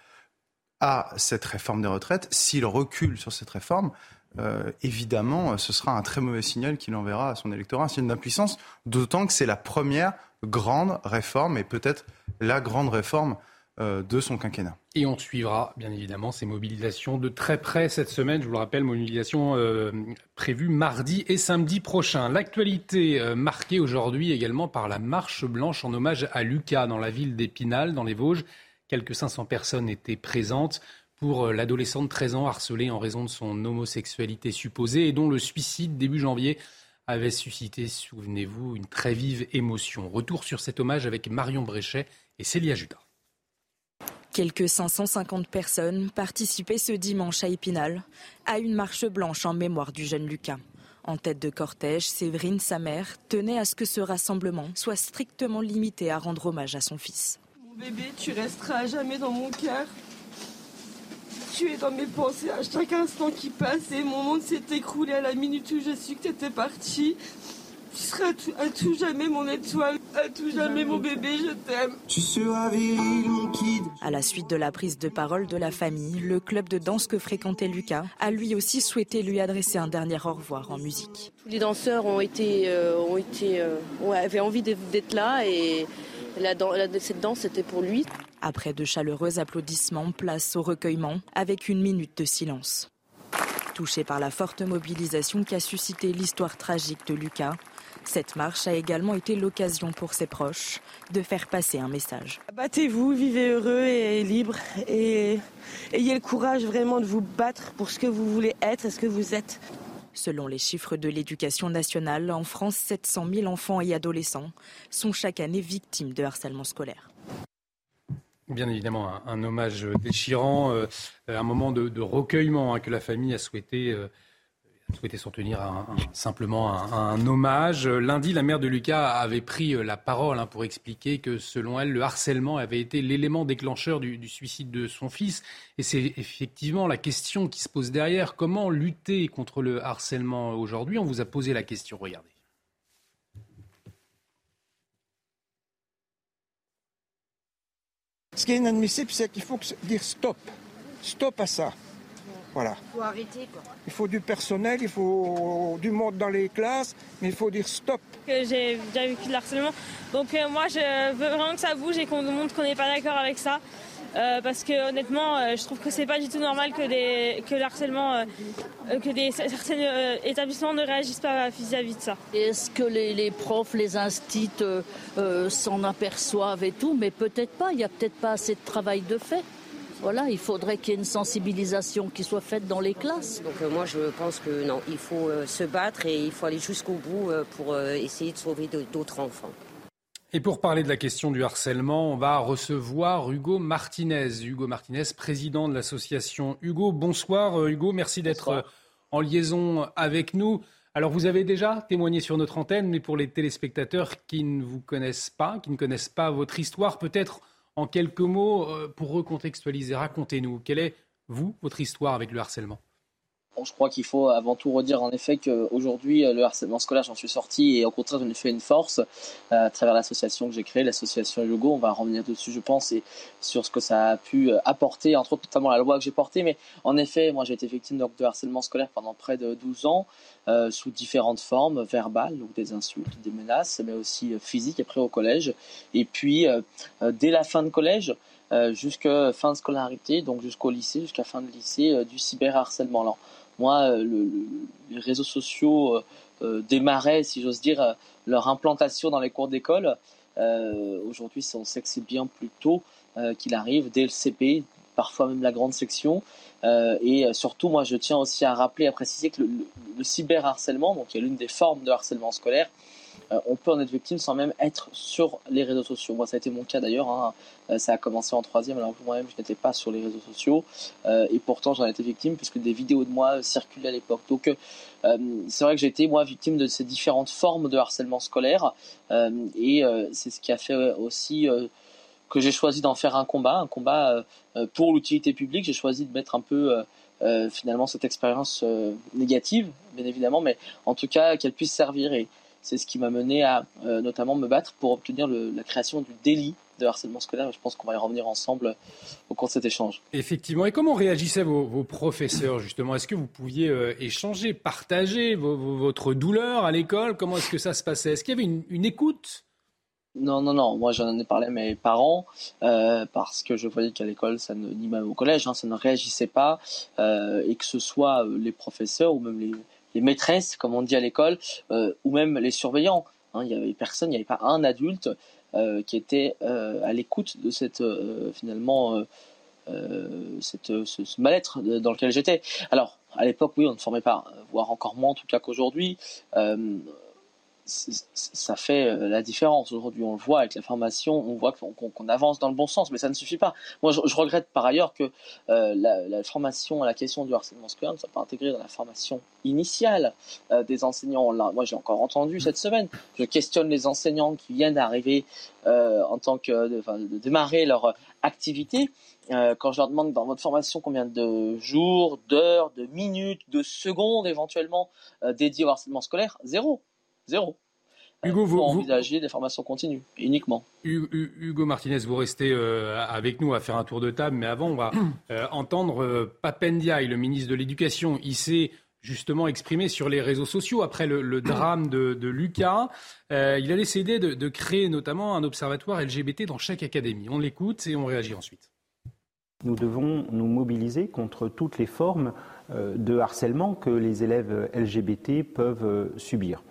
à cette réforme des retraites. S'il recule sur cette réforme, euh, évidemment, ce sera un très mauvais signal qu'il enverra à son électorat, un signe d'impuissance, d'autant que c'est la première grande réforme et peut-être la grande réforme euh, de son quinquennat. Et on suivra, bien évidemment, ces mobilisations de très près cette semaine. Je vous le rappelle, mobilisation euh, prévue mardi et samedi prochain. L'actualité euh, marquée aujourd'hui également par la marche blanche en hommage à Lucas dans la ville d'Épinal, dans les Vosges. Quelques cinq cents personnes étaient présentes pour l'adolescent de treize ans harcelé en raison de son homosexualité supposée et dont le suicide début janvier avait suscité, souvenez-vous, une très vive émotion. Retour sur cet hommage avec Marion Bréchet et Célia Judas. Quelques cinq cent cinquante personnes participaient ce dimanche à Épinal à une marche blanche en mémoire du jeune Lucas. En tête de cortège, Séverine, sa mère, tenait à ce que ce rassemblement soit strictement limité à rendre hommage à son fils. Bébé, tu resteras à jamais dans mon cœur. Tu es dans mes pensées à chaque instant qui passe et mon monde s'est écroulé à la minute où je suis que tu étais parti. Tu seras à tout, à tout jamais mon étoile. À tout jamais, mon bébé, je t'aime. Tu seras viril, mon kid. À la suite de la prise de parole de la famille, le club de danse que fréquentait Lucas a lui aussi souhaité lui adresser un dernier au revoir en musique. Tous les danseurs ont été, euh, ont été, euh, avaient envie d'être là et la, la, cette danse c'était pour lui. Après de chaleureux applaudissements, place au recueillement avec une minute de silence. Touché par la forte mobilisation qu'a suscité l'histoire tragique de Lucas, cette marche a également été l'occasion pour ses proches de faire passer un message. Battez-vous, vivez heureux et libre et ayez le courage vraiment de vous battre pour ce que vous voulez être et ce que vous êtes. Selon les chiffres de l'éducation nationale, en France, sept cent mille enfants et adolescents sont chaque année victimes de harcèlement scolaire. Bien évidemment, un, un hommage déchirant, euh, un moment de, de recueillement hein, que la famille a souhaité, euh, a souhaité s'en tenir à un, un, simplement un, un hommage. Lundi, la mère de Lucas avait pris la parole hein, pour expliquer que, selon elle, le harcèlement avait été l'élément déclencheur du, du suicide de son fils. Et c'est effectivement la question qui se pose derrière. Comment lutter contre le harcèlement aujourd'hui ? On vous a posé la question, regardez. Ce qui est inadmissible, c'est qu'il faut dire stop. Stop à ça. Voilà. Il faut arrêter, quoi. Il faut du personnel, il faut du monde dans les classes, mais il faut dire stop. J'ai déjà vécu de l'harcèlement, donc euh, moi je veux vraiment que ça bouge et qu'on nous montre qu'on n'est pas d'accord avec ça. Euh, parce que honnêtement, euh, je trouve que c'est pas du tout normal que, des, que le harcèlement, euh, que des, certains euh, établissements ne réagissent pas vis-à-vis de ça. Est-ce que les, les profs, les instits euh, euh, s'en aperçoivent et tout ? Mais peut-être pas, il n'y a peut-être pas assez de travail de fait. Voilà, il faudrait qu'il y ait une sensibilisation qui soit faite dans les classes. Donc euh, moi je pense que non, il faut euh, se battre et il faut aller jusqu'au bout euh, pour euh, essayer de sauver d'autres enfants. Et pour parler de la question du harcèlement, on va recevoir Hugo Martinez. Hugo Martinez, président de l'association Hugo. Bonsoir Hugo, merci d'être Bonsoir. en liaison avec nous. Alors vous avez déjà témoigné sur notre antenne, mais pour les téléspectateurs qui ne vous connaissent pas, qui ne connaissent pas votre histoire, peut-être en quelques mots, pour recontextualiser, racontez-nous, quelle est, vous, votre histoire avec le harcèlement ? Je crois qu'il faut avant tout redire en effet qu'aujourd'hui, le harcèlement scolaire, j'en suis sorti et au contraire, j'en ai fait une force à travers l'association que j'ai créée, l'association Hugo. On va revenir dessus, je pense, et sur ce que ça a pu apporter, entre autres notamment la loi que j'ai portée. Mais en effet, moi, j'ai été victime donc, de harcèlement scolaire pendant près de douze ans, euh, sous différentes formes, verbales, donc des insultes, des menaces, mais aussi physiques après au collège. Et puis, euh, dès la fin de collège, euh, jusqu'à fin de scolarité, donc jusqu'au lycée, jusqu'à fin de lycée, euh, du cyberharcèlement. Alors, moi, le, le, les réseaux sociaux euh, euh, démarraient, si j'ose dire, euh, leur implantation dans les cours d'école. Euh, aujourd'hui, on sait que c'est bien plus tôt euh, qu'il arrive, dès le C P, parfois même la grande section. Euh, et surtout, moi, je tiens aussi à rappeler, à préciser que le, le, le cyberharcèlement, donc qui est l'une des formes de harcèlement scolaire, euh, on peut en être victime sans même être sur les réseaux sociaux. Moi, ça a été mon cas d'ailleurs. Hein. Euh, ça a commencé en troisième, alors que moi-même, je n'étais pas sur les réseaux sociaux. Euh, et pourtant, j'en ai été victime puisque des vidéos de moi circulaient à l'époque. Donc, euh, c'est vrai que j'ai été, moi, victime de ces différentes formes de harcèlement scolaire. Euh, et euh, c'est ce qui a fait aussi euh, que j'ai choisi d'en faire un combat, un combat euh, pour l'utilité publique. J'ai choisi de mettre un peu... Euh, Euh, finalement cette expérience euh, négative, bien évidemment, mais en tout cas qu'elle puisse servir. Et c'est ce qui m'a mené à euh, notamment me battre pour obtenir le, la création du délit de harcèlement scolaire. Je pense qu'on va y revenir ensemble au cours de cet échange. Effectivement. Et comment réagissaient vos, vos professeurs, justement ? Est-ce que vous pouviez euh, échanger, partager vos, vos, votre douleur à l'école ? Comment est-ce que ça se passait ? Est-ce qu'il y avait une, une écoute ? Non, non, non. Moi, j'en ai parlé à mes parents euh, parce que je voyais qu'à l'école, ça ne, ni même au collège, hein, ça ne réagissait pas, euh, et que ce soit les professeurs ou même les, les maîtresses, comme on dit à l'école, euh, ou même les surveillants. Hein, il y avait personne, il n'y avait pas un adulte euh, qui était euh, à l'écoute de cette euh, finalement euh, euh, cette, ce, ce mal-être dans lequel j'étais. Alors, à l'époque, oui, on ne formait pas, voire encore moins en tout cas qu'aujourd'hui. Euh, ça fait la différence. Aujourd'hui, on le voit avec la formation, on voit qu'on, qu'on avance dans le bon sens, mais ça ne suffit pas. Moi, je, je regrette par ailleurs que euh, la, la formation à la question du harcèlement scolaire ne soit pas intégrée dans la formation initiale euh, des enseignants. Là, moi, j'ai encore entendu cette semaine, je questionne les enseignants qui viennent d'arriver euh, en tant que, de, enfin, de démarrer leur activité. Euh, quand je leur demande dans votre formation combien de jours, d'heures, de minutes, de secondes éventuellement euh, dédiées au harcèlement scolaire, zéro. Zéro. Hugo, vous, pour envisager vous... des formations continues, uniquement. Hugo Martinez, vous restez euh, avec nous à faire un tour de table, mais avant, on va euh, entendre euh, Pap Ndiaye, le ministre de l'Éducation. Il s'est justement exprimé sur les réseaux sociaux après le, le drame de, de Lucas. Euh, il a décidé de, de créer notamment un observatoire L G B T dans chaque académie. On l'écoute et on réagit ensuite. Nous devons nous mobiliser contre toutes les formes euh, de harcèlement que les élèves L G B T peuvent euh, subir.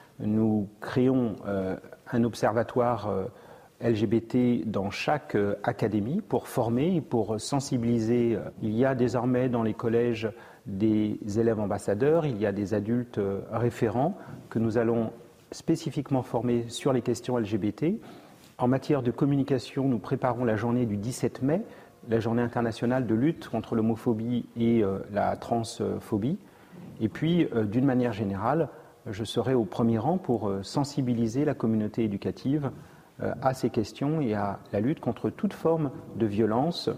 Nous créons euh, un observatoire euh, L G B T dans chaque euh, académie pour former, pour sensibiliser. Il y a désormais dans les collèges des élèves ambassadeurs, il y a des adultes euh, référents que nous allons spécifiquement former sur les questions L G B T. En matière de communication, nous préparons la journée du dix-sept mai, la journée internationale de lutte contre l'homophobie et euh, la transphobie. Et puis, euh, d'une manière générale, je serai au premier rang pour sensibiliser la communauté éducative à ces questions et à la lutte contre toute forme de violence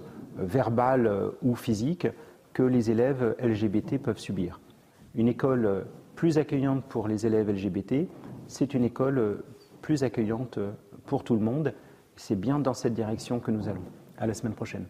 verbale ou physique que les élèves L G B T peuvent subir. Une école plus accueillante pour les élèves L G B T, c'est une école plus accueillante pour tout le monde. C'est bien dans cette direction que nous allons. À la semaine prochaine.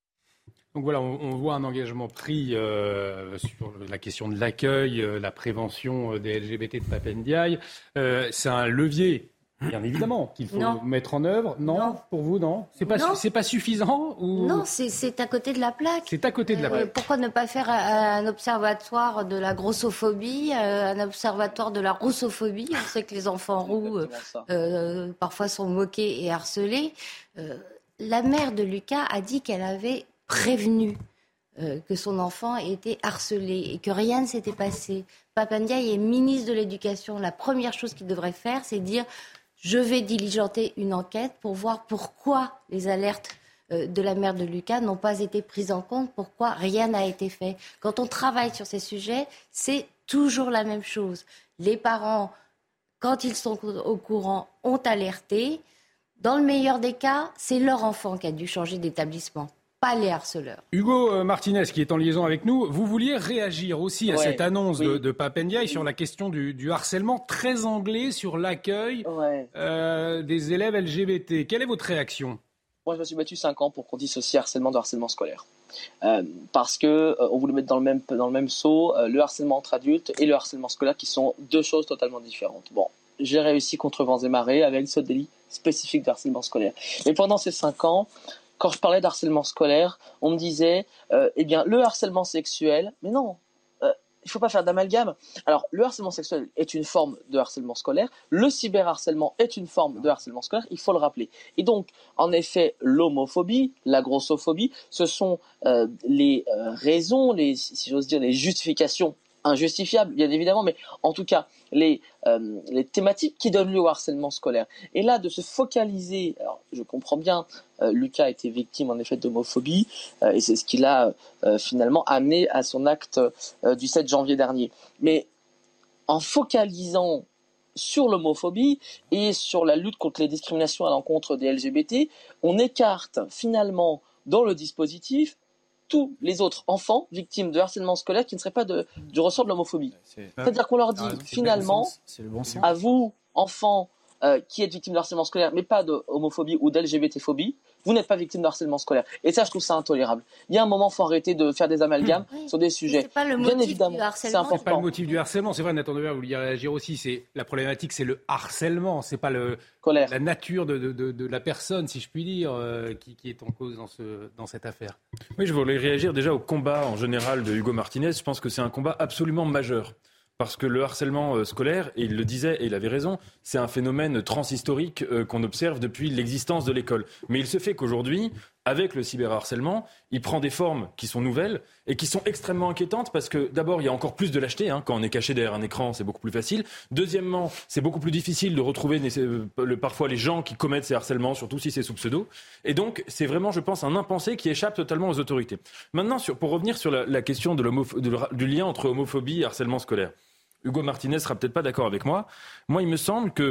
Donc voilà, on, on voit un engagement pris euh, sur la question de l'accueil, euh, la prévention des L G B T de Pap Ndiaye. Euh, c'est un levier, bien évidemment, qu'il faut non. mettre en œuvre. Non, non. Pour vous, non. C'est pas, non. c'est pas suffisant ou... Non, c'est, c'est à côté de la plaque. C'est à côté de la plaque. Euh, pourquoi ne pas faire un, un observatoire de la grossophobie, euh, un observatoire de la roussophobie? On sait que les enfants roux euh, parfois sont moqués et harcelés. Euh, la mère de Lucas a dit qu'elle avait prévenu euh, que son enfant était harcelé et que rien ne s'était passé. Pap Ndiaye est ministre de l'Éducation. La première chose qu'il devrait faire, c'est dire « je vais diligenter une enquête pour voir pourquoi les alertes euh, de la mère de Lucas n'ont pas été prises en compte, pourquoi rien n'a été fait ». Quand on travaille sur ces sujets, c'est toujours la même chose. Les parents, quand ils sont au courant, ont alerté. Dans le meilleur des cas, c'est leur enfant qui a dû changer d'établissement, pas les harceleurs. Hugo Martinez, qui est en liaison avec nous, vous vouliez réagir aussi à ouais, cette annonce oui. de, de Pap Ndiaye oui. sur la question du, du harcèlement très anglais sur l'accueil ouais. euh, des élèves L G B T. Quelle est votre réaction ? Moi, je me suis battu cinq ans pour qu'on dissocie harcèlement de harcèlement scolaire. Euh, parce qu'on euh, voulait mettre dans le même, dans le même seau euh, le harcèlement entre adultes et le harcèlement scolaire, qui sont deux choses totalement différentes. Bon, j'ai réussi contre vents et marées avec ce délit spécifique de harcèlement scolaire. Mais pendant ces cinq ans, quand je parlais d'harcèlement scolaire, on me disait, euh, eh bien, le harcèlement sexuel, mais non, euh, il ne faut pas faire d'amalgame. Alors, le harcèlement sexuel est une forme de harcèlement scolaire, le cyberharcèlement est une forme de harcèlement scolaire, il faut le rappeler. Et donc, en effet, l'homophobie, la grossophobie, ce sont euh, les euh, raisons, les, si j'ose dire, les justifications injustifiables, bien évidemment, mais en tout cas, les, euh, les thématiques qui donnent lieu au harcèlement scolaire. Et là, de se focaliser, alors je comprends bien, euh, Lucas a été victime en effet d'homophobie, euh, et c'est ce qui l'a euh, finalement amené à son acte euh, du sept janvier dernier. Mais en focalisant sur l'homophobie et sur la lutte contre les discriminations à l'encontre des L G B T, on écarte finalement dans le dispositif tous les autres enfants victimes de harcèlement scolaire qui ne seraient pas de, du ressort de l'homophobie. C'est... C'est-à-dire qu'on leur dit ah, finalement, le bon bon à vous, enfants euh, qui êtes victimes de harcèlement scolaire, mais pas de homophobie ou d'L G B T-phobie, vous n'êtes pas victime de harcèlement scolaire. Et ça, je trouve ça intolérable. Il y a un moment, il faut arrêter de faire des amalgames oui. sur des sujets. C'est pas le Bien motif évidemment, du harcèlement. C'est pas le motif du harcèlement. C'est vrai, Nathan Devers, vous vouliez réagir aussi. C'est la problématique, c'est le harcèlement. C'est pas le colère. La nature de, de, de, de la personne, si je puis dire, euh, qui, qui est en cause dans ce dans cette affaire. Oui, je voulais réagir déjà au combat en général de Hugo Martinez. Je pense que c'est un combat absolument majeur. Parce que le harcèlement scolaire, et il le disait et il avait raison, c'est un phénomène transhistorique euh, qu'on observe depuis l'existence de l'école. Mais il se fait qu'aujourd'hui, avec le cyberharcèlement, il prend des formes qui sont nouvelles et qui sont extrêmement inquiétantes parce que d'abord, il y a encore plus de lâcheté. Hein, quand on est caché derrière un écran, c'est beaucoup plus facile. Deuxièmement, c'est beaucoup plus difficile de retrouver euh, le, parfois les gens qui commettent ces harcèlements, surtout si c'est sous pseudo. Et donc, c'est vraiment, je pense, un impensé qui échappe totalement aux autorités. Maintenant, sur, pour revenir sur la, la question de de, du lien entre homophobie et harcèlement scolaire. Hugo Martinez sera peut-être pas d'accord avec moi. Moi, il me semble que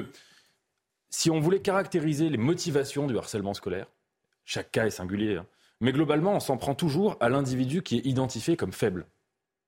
si on voulait caractériser les motivations du harcèlement scolaire, chaque cas est singulier, hein, mais globalement, on s'en prend toujours à l'individu qui est identifié comme faible.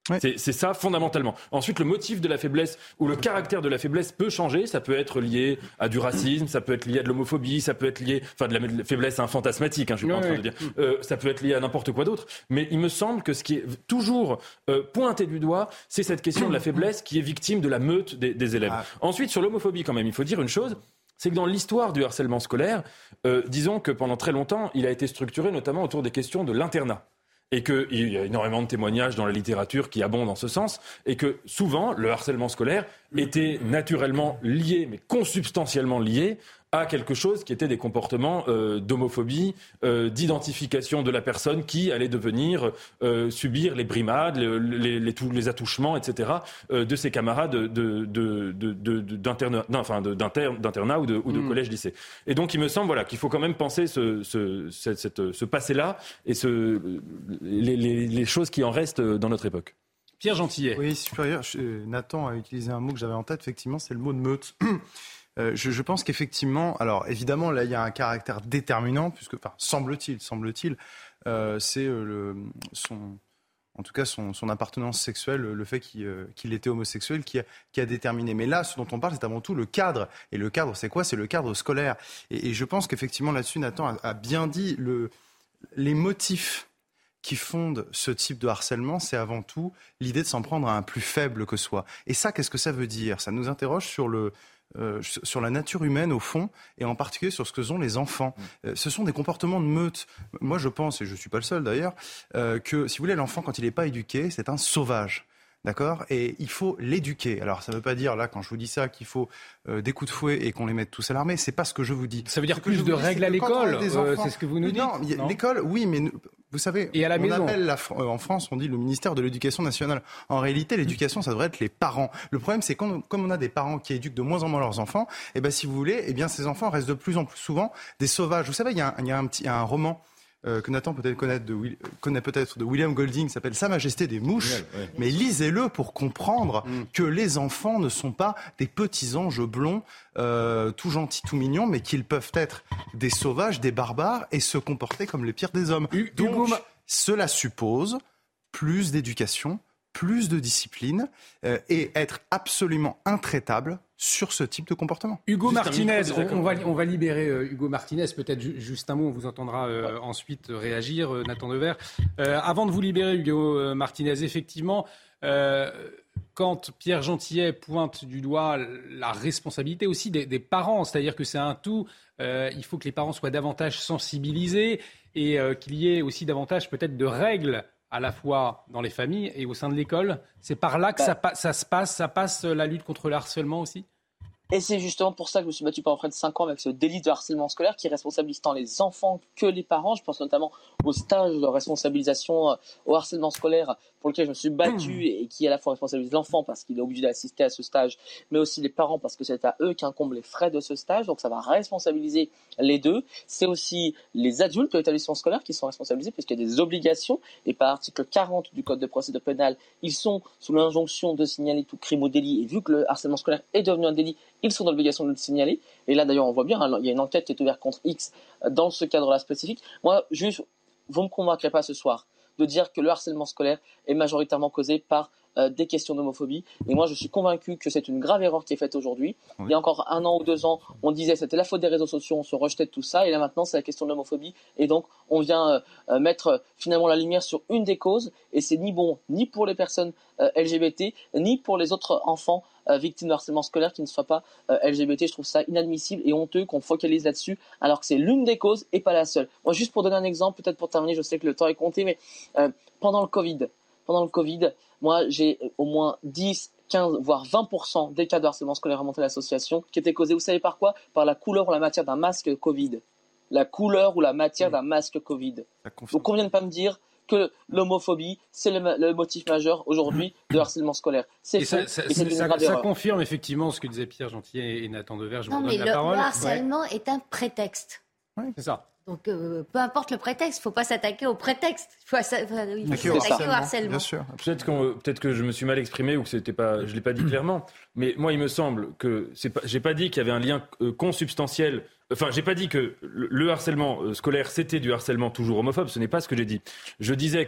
Oui. C'est, c'est ça fondamentalement. Ensuite, le motif de la faiblesse ou le caractère de la faiblesse peut changer. Ça peut être lié à du racisme, ça peut être lié à de l'homophobie, ça peut être lié, enfin de la, de la faiblesse hein, fantasmatique. Hein, je suis oui, pas en train oui. de dire. Euh, ça peut être lié à n'importe quoi d'autre. Mais il me semble que ce qui est toujours euh, pointé du doigt, c'est cette question de la faiblesse qui est victime de la meute des, des élèves. Ah. Ensuite, sur l'homophobie, quand même, il faut dire une chose. C'est que dans l'histoire du harcèlement scolaire, euh, disons que pendant très longtemps, il a été structuré notamment autour des questions de l'internat. Et qu'il y a énormément de témoignages dans la littérature qui abondent en ce sens, et que souvent, le harcèlement scolaire était naturellement lié, mais consubstantiellement lié, à quelque chose qui était des comportements euh, d'homophobie, euh, d'identification de la personne qui allait devenir euh, subir les brimades, les, les, les, les attouchements, et cetera, euh, de ses camarades de, de, de, de, de, d'internat, enfin de, d'inter, d'internat ou de, ou de mmh. collège-lycée. Et donc, il me semble voilà, qu'il faut quand même penser ce, ce, cette, cette, ce passé-là et ce, les, les, les choses qui en restent dans notre époque. Pierre Gentillet. Oui, supérieur. Je, Nathan a utilisé un mot que j'avais en tête, effectivement, c'est le mot de meute. Euh, je, je pense qu'effectivement, alors évidemment, là, il y a un caractère déterminant, puisque, enfin, semble-t-il, semble-t-il, euh, c'est euh, le, son, en tout cas, son, son appartenance sexuelle, le fait qu'il, euh, qu'il était homosexuel, qui a, qui a déterminé. Mais là, ce dont on parle, c'est avant tout le cadre. Et le cadre, c'est quoi ? C'est le cadre scolaire. Et, et je pense qu'effectivement, là-dessus, Nathan a, a bien dit, le, les motifs qui fondent ce type de harcèlement, c'est avant tout l'idée de s'en prendre à un plus faible que soi. Et ça, qu'est-ce que ça veut dire ? Ça nous interroge sur le... Euh, sur la nature humaine au fond, et en particulier sur ce que sont les enfants. Euh, ce sont des comportements de meute. Moi je pense, et je ne suis pas le seul d'ailleurs, euh, que si vous voulez, l'enfant quand il n'est pas éduqué, c'est un sauvage. D'accord ? Et il faut l'éduquer. Alors, ça ne veut pas dire, là, quand je vous dis ça, qu'il faut euh, des coups de fouet et qu'on les mette tous à l'armée. C'est pas ce que je vous dis. Ça veut dire plus de règles à l'école, euh, c'est ce que vous nous dites ? Non, non, l'école, oui, mais nous, vous savez, et à la on maison. appelle la, euh, en France, on dit le ministère de l'Éducation nationale. En réalité, l'éducation, ça devrait être les parents. Le problème, c'est qu'on, comme on a des parents qui éduquent de moins en moins leurs enfants, et ben, si vous voulez, eh bien, ces enfants restent de plus en plus souvent des sauvages. Vous savez, il y a un, il y a un petit, il y a un roman Euh, que Nathan peut-être connaît, de, connaît peut-être de William Golding, qui s'appelle Sa Majesté des Mouches, ouais, ouais. Mais lisez-le pour comprendre mm. que les enfants ne sont pas des petits anges blonds, euh, tout gentils, tout mignons, mais qu'ils peuvent être des sauvages, des barbares, et se comporter comme les pires des hommes. U- Donc, Hugo... cela suppose plus d'éducation, plus de discipline, euh, et être absolument intraitable sur ce type de comportement. Hugo juste Martinez, on, on, va, on va libérer euh, Hugo Martinez, peut-être ju- juste un mot, on vous entendra euh, ouais. ensuite réagir, euh, Nathan Dever. Euh, avant de vous libérer, Hugo euh, Martinez, effectivement, euh, quand Pierre Gentillet pointe du doigt la responsabilité aussi des, des parents, c'est-à-dire que c'est un tout, euh, il faut que les parents soient davantage sensibilisés et euh, qu'il y ait aussi davantage peut-être de règles à la fois dans les familles et au sein de l'école. C'est par là que bah, ça, ça se passe, ça passe la lutte contre le harcèlement aussi ? Et c'est justement pour ça que je me suis battu pendant près de cinq ans avec ce délit de harcèlement scolaire qui responsabilise tant les enfants que les parents. Je pense notamment au stage de responsabilisation au harcèlement scolaire pour lequel je me suis battu mmh. et qui à la fois responsabilise l'enfant parce qu'il est obligé d'assister à ce stage, mais aussi les parents parce que c'est à eux qu'incombent les frais de ce stage. Donc ça va responsabiliser les deux. C'est aussi les adultes de l'établissement scolaire qui sont responsabilisés puisqu'il y a des obligations. Et par l'article quarante du Code de procédure pénale, ils sont sous l'injonction de signaler tout crime ou délit. Et vu que le harcèlement scolaire est devenu un délit, ils sont dans l'obligation de le signaler. Et là, d'ailleurs, on voit bien, hein, il y a une enquête qui est ouverte contre X dans ce cadre-là spécifique. Moi, juste, vous ne me convaincrez pas ce soir de dire que le harcèlement scolaire est majoritairement causé par euh, des questions d'homophobie. Et moi, je suis convaincu que c'est une grave erreur qui est faite aujourd'hui. Oui. Il y a encore un an ou deux ans, on disait que c'était la faute des réseaux sociaux, on se rejetait de tout ça. Et là, maintenant, c'est la question de l'homophobie. Et donc, on vient euh, mettre euh, finalement la lumière sur une des causes. Et c'est ni bon, ni pour les personnes euh, L G B T, ni pour les autres enfants euh, victimes de harcèlement scolaire qui ne soient pas euh, L G B T. Je trouve ça inadmissible et honteux qu'on focalise là-dessus, alors que c'est l'une des causes et pas la seule. Moi, juste pour donner un exemple, peut-être pour terminer, je sais que le temps est compté, mais euh, pendant le Covid, pendant le Covid, moi, j'ai au moins dix, quinze, voire vingt pour cent des cas de harcèlement scolaire remontés à l'association qui étaient causés, vous savez par quoi ? Par la couleur ou la matière d'un masque Covid. La couleur ou la matière mmh. d'un masque Covid. Donc, on vient de pas me dire que l'homophobie, c'est le, le motif majeur aujourd'hui de harcèlement scolaire. C'est et faux, ça, ça, et c'est une ça, grave ça erreur. confirme effectivement ce que disaient Pierre Gentillet et Nathan Dever. Je non, vous mais donne le, la parole. le harcèlement ouais. est un prétexte. Oui, c'est ça. Donc, euh, peu importe le prétexte, il ne faut pas s'attaquer au prétexte. Il faut, il faut s'attaquer au harcèlement. Bien sûr. Peut-être, qu'on, peut-être que je me suis mal exprimé ou que c'était pas, je ne l'ai pas dit clairement, mais moi, il me semble que c'est pas, j'ai pas dit qu'il y avait un lien euh, consubstantiel. Enfin, j'ai pas dit que le, le harcèlement euh, scolaire, c'était du harcèlement toujours homophobe. Ce n'est pas ce que j'ai dit. Je disais que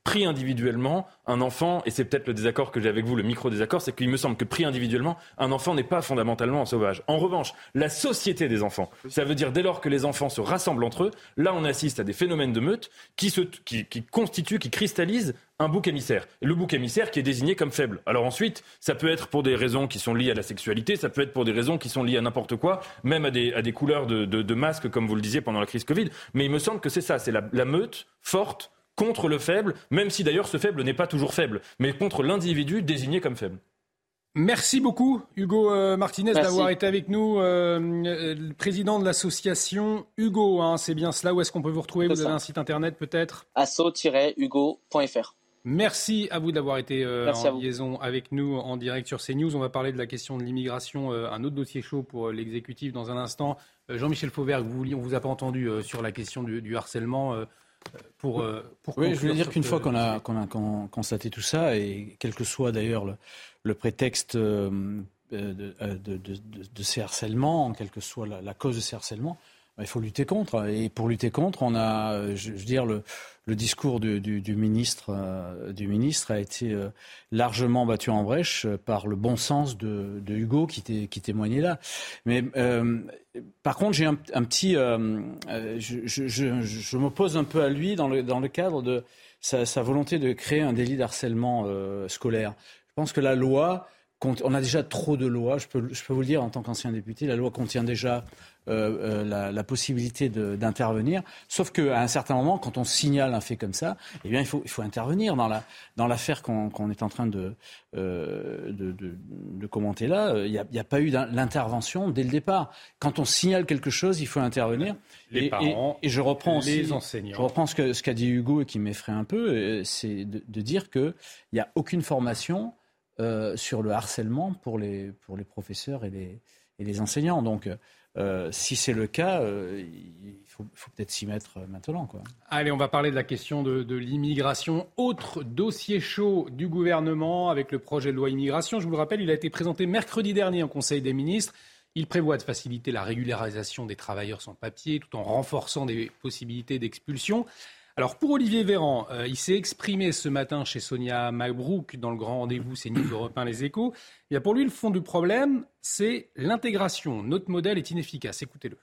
pris individuellement, un enfant, et c'est peut-être le désaccord que j'ai avec vous, le micro-désaccord, c'est qu'il me semble que pris individuellement, un enfant n'est pas fondamentalement un sauvage. En revanche, la société des enfants, ça veut dire dès lors que les enfants se rassemblent entre eux, là on assiste à des phénomènes de meute qui, se, qui, qui constituent, qui cristallisent un bouc émissaire. Et le bouc émissaire qui est désigné comme faible. Alors ensuite, ça peut être pour des raisons qui sont liées à la sexualité, ça peut être pour des raisons qui sont liées à n'importe quoi, même à des, à des couleurs de, de, de masques, comme vous le disiez pendant la crise Covid. Mais il me semble que c'est ça, c'est la, la meute forte contre le faible, même si d'ailleurs ce faible n'est pas toujours faible, mais contre l'individu désigné comme faible. Merci beaucoup, Hugo euh, Martinez, Merci. d'avoir été avec nous, euh, euh, président de l'association Hugo. Hein, c'est bien cela. Où est-ce qu'on peut vous retrouver ? Vous avez un site internet peut-être ? asso tiret hugo point f r. Merci à vous d'avoir été euh, Merci en liaison avec nous en direct sur CNews. On va parler de la question de l'immigration, euh, un autre dossier chaud pour euh, l'exécutif dans un instant. Euh, Jean-Michel Fauvergue, vous, on ne vous a pas entendu euh, sur la question du, du harcèlement. Euh, pour, euh, pour oui, je voulais dire qu'une ce... fois qu'on a, qu'on a qu'on, constaté tout ça, et quel que soit d'ailleurs le, le prétexte euh, de, de, de, de, de ces harcèlements, quelle que soit la, la cause de ces harcèlements, il faut lutter contre. Et pour lutter contre, on a, je, je veux dire, le, le discours du, du, du, ministre, euh, du ministre a été euh, largement battu en brèche par le bon sens de, de Hugo qui, té, qui témoignait là. Mais euh, par contre, j'ai un, un petit, euh, je, je, je, je m'oppose un peu à lui dans le, dans le cadre de sa, sa volonté de créer un délit d'harcèlement euh, scolaire. Je pense que la loi, on a déjà trop de lois. Je peux, je peux vous le dire en tant qu'ancien député, la loi contient déjà Euh, euh, la, la possibilité de, d'intervenir, sauf qu'à un certain moment, quand on signale un fait comme ça, eh bien, il faut, il faut intervenir dans, la, dans l'affaire qu'on, qu'on est en train de, euh, de, de, de commenter là. Il n'y a, il y a pas eu l'intervention dès le départ. Quand on signale quelque chose, il faut intervenir. Les et, parents, et, et je reprends les aussi, enseignants. Je reprends ce, que, ce qu'a dit Hugo et qui m'effraie un peu, c'est de, de dire qu'il n'y a aucune formation euh, sur le harcèlement pour les, pour les professeurs et les, et les enseignants. Donc, Euh, si c'est le cas, euh, il faut, faut peut-être s'y mettre maintenant, quoi. Allez, on va parler de la question de, de l'immigration. Autre dossier chaud du gouvernement avec le projet de loi immigration. Je vous le rappelle, il a été présenté mercredi dernier en Conseil des ministres. Il prévoit de faciliter la régularisation des travailleurs sans papier tout en renforçant des possibilités d'expulsion. Alors pour Olivier Véran, euh, il s'est exprimé ce matin chez Sonia Mabrouk dans le grand rendez-vous CNews Europe un Les Échos. Et pour lui, le fond du problème, c'est l'intégration. Notre modèle est inefficace. Écoutez-le.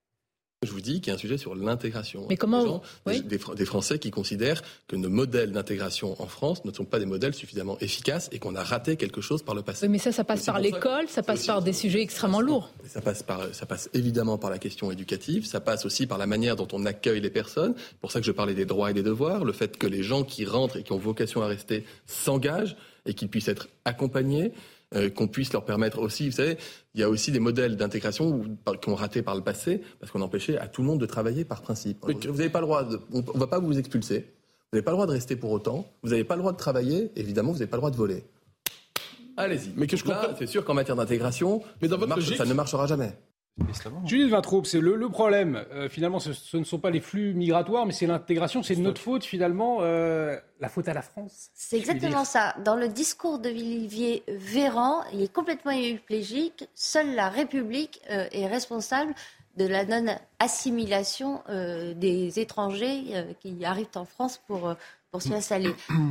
Je vous dis qu'il y a un sujet sur l'intégration. Mais comment des, gens, oui. des, des Français qui considèrent que nos modèles d'intégration en France ne sont pas des modèles suffisamment efficaces et qu'on a raté quelque chose par le passé. Oui, mais ça, ça passe par l'école, ça passe par des sujets extrêmement lourds. Ça passe, par, ça passe évidemment par la question éducative, ça passe aussi par la manière dont on accueille les personnes. C'est pour ça que je parlais des droits et des devoirs, le fait que les gens qui rentrent et qui ont vocation à rester s'engagent et qu'ils puissent être accompagnés. Euh, qu'on puisse leur permettre aussi, vous savez, il y a aussi des modèles d'intégration qui ont raté par le passé, parce qu'on empêchait à tout le monde de travailler par principe. Oui. Vous n'avez pas le droit, de, on ne va pas vous expulser, vous n'avez pas le droit de rester pour autant, vous n'avez pas le droit de travailler, évidemment, vous n'avez pas le droit de voler. Allez-y. Mais que je comprends. C'est sûr qu'en matière d'intégration, mais dans votre marche, logique, ça ne marchera jamais. Judith Vintraube, c'est le, le problème. Euh, finalement, ce, ce ne sont pas les flux migratoires, mais c'est l'intégration. C'est de notre faute, finalement, euh, la faute à la France. C'est exactement ça. Dans le discours de Olivier Véran, il est complètement hémiplégique. Seule la République euh, est responsable de la non-assimilation euh, des étrangers euh, qui arrivent en France pour, euh, pour s'y installer.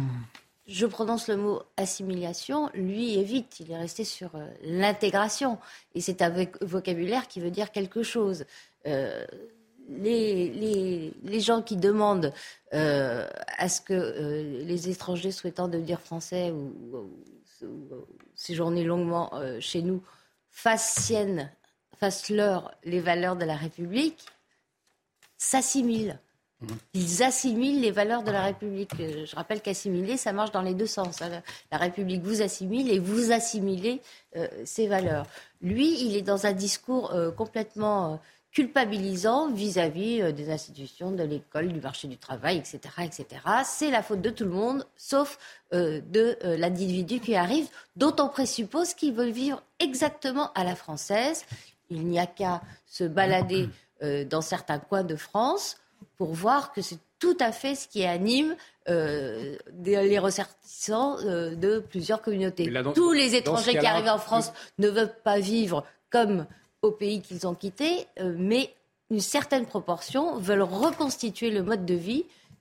Je prononce le mot assimilation, lui évite, il est resté sur euh, l'intégration. Et c'est un vocabulaire qui veut dire quelque chose. Euh, les, les, les gens qui demandent euh, à ce que euh, les étrangers souhaitant devenir français ou, ou, ou, ou séjourner longuement euh, chez nous fassent siennes, fassent leur les valeurs de la République, s'assimilent. Ils assimilent les valeurs de la République. Je rappelle qu'assimiler, ça marche dans les deux sens. La République vous assimile et vous assimilez euh, ses valeurs. Lui, il est dans un discours euh, complètement euh, culpabilisant vis-à-vis euh, des institutions, de l'école, du marché du travail, et cetera, et cetera. C'est la faute de tout le monde, sauf euh, de euh, l'individu qui arrive, dont on présuppose qu'il veut vivre exactement à la française. Il n'y a qu'à se balader euh, dans certains coins de France pour voir que c'est tout à fait ce qui anime euh, les ressortissants euh, de plusieurs communautés. Là, dans, Tous les étrangers qui arrivent en France ne veulent pas vivre comme au pays qu'ils ont quitté, euh, mais une certaine proportion veulent reconstituer le mode de vie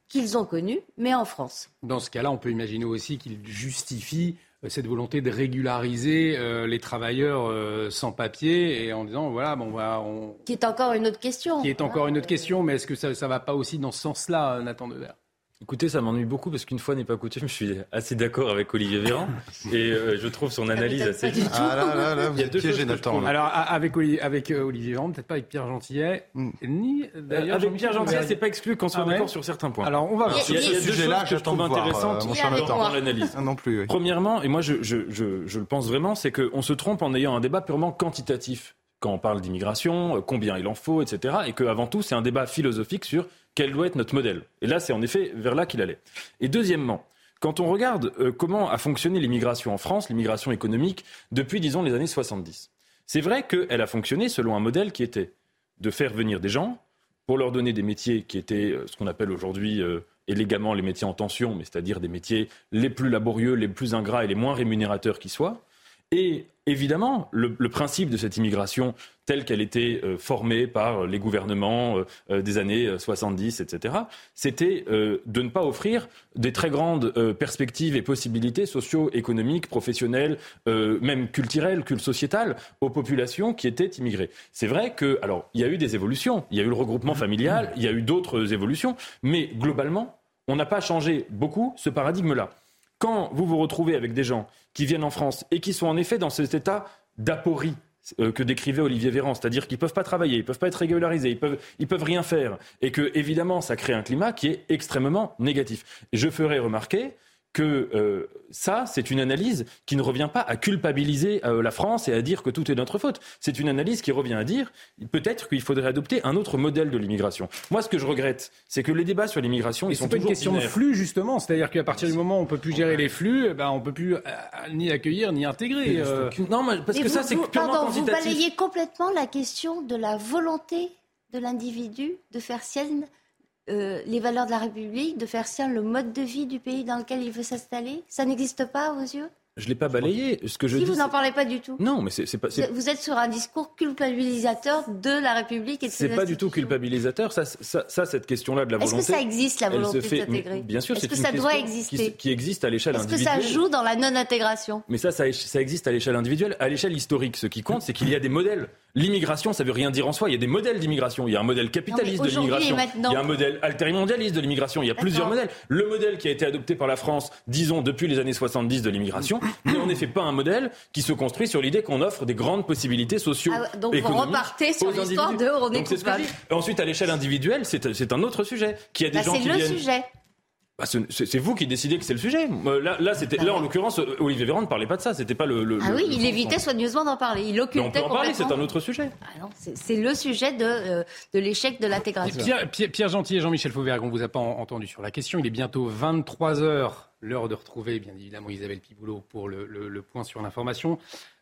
qu'ils ont connu, mais en France. Dans ce cas-là, on peut imaginer aussi qu'ils justifient cette volonté de régulariser euh, les travailleurs euh, sans papier et en disant voilà bon voilà on... qui est encore une autre question qui est encore une autre question mais est-ce que ça ça va pas aussi dans ce sens-là, Nathan Devers? Écoutez, ça m'ennuie beaucoup parce qu'une fois n'est pas coutume, je suis assez d'accord avec Olivier Véran et euh, je trouve son analyse assez juste. Ah là là là, vous êtes piégé, Nathan. Alors avec Olivier, avec euh, Olivier Véran, peut-être pas avec Pierre Gentillet, mm. ni d'ailleurs. Euh, avec Pierre Gentillet, c'est pas exclu qu'on soit ah, d'accord ouais. sur certains points. Alors on va. Alors, il y a, il y a deux choses que je trouve intéressantes euh, dans l'analyse. Ah, non plus. Oui. Premièrement, et moi je, je, je, je le pense vraiment, c'est qu'on se trompe en ayant un débat purement quantitatif quand on parle d'immigration, combien il en faut, et cetera. Et qu'avant tout, c'est un débat philosophique sur quel doit être notre modèle. Et là, c'est en effet vers là qu'il allait. Et deuxièmement, quand on regarde euh, comment a fonctionné l'immigration en France, l'immigration économique, depuis, disons, les années soixante-dix, c'est vrai qu'elle a fonctionné selon un modèle qui était de faire venir des gens pour leur donner des métiers qui étaient euh, ce qu'on appelle aujourd'hui euh, élégamment les métiers en tension, mais c'est-à-dire des métiers les plus laborieux, les plus ingrats et les moins rémunérateurs qui soient. Et évidemment, le, le principe de cette immigration telle qu'elle était euh, formée par les gouvernements euh, des années soixante-dix, et cetera, c'était euh, de ne pas offrir des très grandes euh, perspectives et possibilités socio-économiques, professionnelles, euh, même culturelles, sociétales, aux populations qui étaient immigrées. C'est vrai que, alors, il y a eu des évolutions, il y a eu le regroupement familial, il y a eu d'autres évolutions, mais globalement, on n'a pas changé beaucoup ce paradigme-là. Quand vous vous retrouvez avec des gens qui viennent en France et qui sont en effet dans cet état d'aporie euh, que décrivait Olivier Véran, c'est-à-dire qu'ils ne peuvent pas travailler, ils ne peuvent pas être régularisés, ils peuvent, ils peuvent rien faire, et que évidemment ça crée un climat qui est extrêmement négatif. Et je ferai remarquer que euh, ça, c'est une analyse qui ne revient pas à culpabiliser euh, la France et à dire que tout est notre faute. C'est une analyse qui revient à dire peut-être qu'il faudrait adopter un autre modèle de l'immigration. Moi, ce que je regrette, c'est que les débats sur l'immigration, ils sont toujours binaires. C'est pas une question de flux, justement. C'est-à-dire qu'à partir du moment où on ne peut plus gérer les flux, ben, on ne peut plus euh, ni accueillir ni intégrer. Euh... Non, mais parce mais que vous, ça, c'est vous, purement pardon, quantitatif. Vous balayez complètement la question de la volonté de l'individu de faire sienne Euh, les valeurs de la République, de faire sien le mode de vie du pays dans lequel il veut s'installer. Ça n'existe pas à vos yeux ? Je ne l'ai pas balayé. Ce que je si dis, vous n'en parlez pas du tout. Non, mais c'est, c'est pas. C'est... Vous êtes sur un discours culpabilisateur de la République et de ses institutions. C'est pas du tout culpabilisateur. Ça, ça, ça, cette question-là de la volonté. Est-ce que ça existe, la volonté fait... de s'intégrer ? Bien sûr, Est-ce c'est que une ça question doit exister qui, qui existe à l'échelle Est-ce individuelle. Est-ce que ça joue dans la non-intégration ? Mais ça, ça, ça existe à l'échelle individuelle. À l'échelle historique, ce qui compte, c'est qu'il y a des modèles. L'immigration, ça veut rien dire en soi. Il y a des modèles d'immigration. Il y a un modèle capitaliste non, de l'immigration. Maintenant... Il y a un modèle altermondialiste de l'immigration. Il y a D'accord. plusieurs modèles. Le modèle qui a été adopté par la France, disons, depuis les années soixante-dix de l'immigration, n'est en effet pas un modèle qui se construit sur l'idée qu'on offre des grandes possibilités socio-économiques. Ah, donc vous repartez sur l'histoire de on est coupable. Ensuite, à l'échelle individuelle, c'est, c'est un autre sujet. Qui a des bah, gens c'est qui le viennent... sujet. Bah, c'est, c'est vous qui décidez que c'est le sujet. Euh, là, là, c'était, là, en l'occurrence, Olivier Véran ne parlait pas de ça. C'était pas le. le ah le, oui, le il évitait soigneusement d'en parler. Il occultait. Mais on peut en parler. C'est un autre sujet. Ah non, c'est, c'est le sujet de euh, de l'échec de l'intégration. Pierre, Pierre, Pierre Gentil et Jean-Michel Fauvergue, on vous a pas entendu sur la question. Il est bientôt vingt-trois heures. L'heure de retrouver, bien évidemment, Isabelle Piboulot pour le, le, le point sur l'information.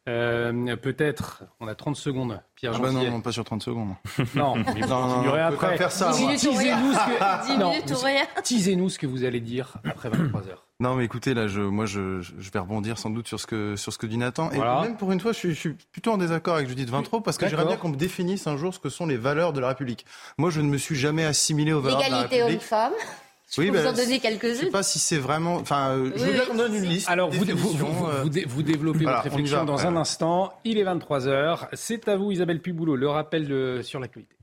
Euh, peut-être, on a trente secondes, Pierre ah Gentil. Bah non, non, pas sur trente secondes. Non, mais vous continuerez après. Pas faire ça. dix minutes ou rien. dix minutes ou rien. Teasez-nous ce que vous allez dire après vingt-trois heures. Non, mais écoutez, là, je, moi, je, je vais rebondir sans doute sur ce que, sur ce que dit Nathan. Voilà. Et même pour une fois, je suis, je suis plutôt en désaccord avec Judith Vintraud parce que D'accord. j'aimerais bien qu'on me définisse un jour ce que sont les valeurs de la République. Moi, je ne me suis jamais assimilé aux valeurs de la République. L'égalité homme-femme. Je oui, peux bah, vous en donner quelques-unes. Je ne sais pas si c'est vraiment... Enfin, euh, je veux oui, bien qu'on donne une liste. Alors, vous, vous, vous, vous, vous développez voilà, votre réflexion dans un instant. Il est vingt-trois heures. C'est à vous, Isabelle Piboulot. Le rappel de, sur l'actualité.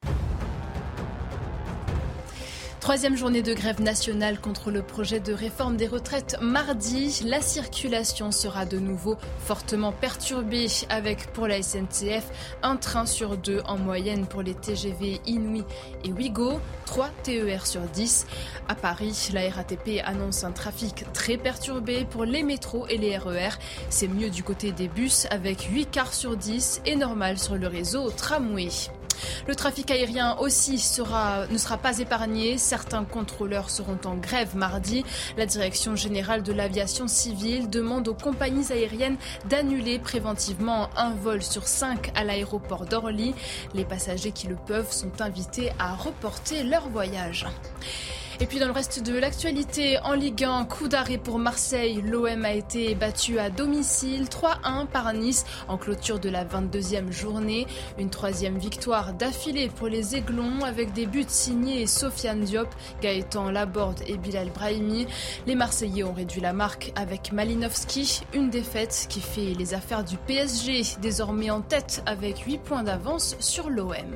Troisième journée de grève nationale contre le projet de réforme des retraites mardi. La circulation sera de nouveau fortement perturbée avec pour la S N C F un train sur deux en moyenne pour les T G V Inouï et Ouigo, trois T E R sur dix. À Paris, la R A T P annonce un trafic très perturbé pour les métros et les R E R. C'est mieux du côté des bus avec huit cars sur dix et normal sur le réseau tramway. Le trafic aérien aussi sera, ne sera pas épargné. Certains contrôleurs seront en grève mardi. La Direction générale de l'aviation civile demande aux compagnies aériennes d'annuler préventivement un vol sur cinq à l'aéroport d'Orly. Les passagers qui le peuvent sont invités à reporter leur voyage. Et puis dans le reste de l'actualité, en Ligue un, coup d'arrêt pour Marseille. L'O M a été battu à domicile trois un par Nice en clôture de la vingt-deuxième journée. Une troisième victoire d'affilée pour les Aiglons avec des buts signés Sofiane Diop, Gaëtan Laborde et Bilal Brahimi. Les Marseillais ont réduit la marque avec Malinowski. Une défaite qui fait les affaires du P S G, désormais en tête avec huit points d'avance sur l'O M.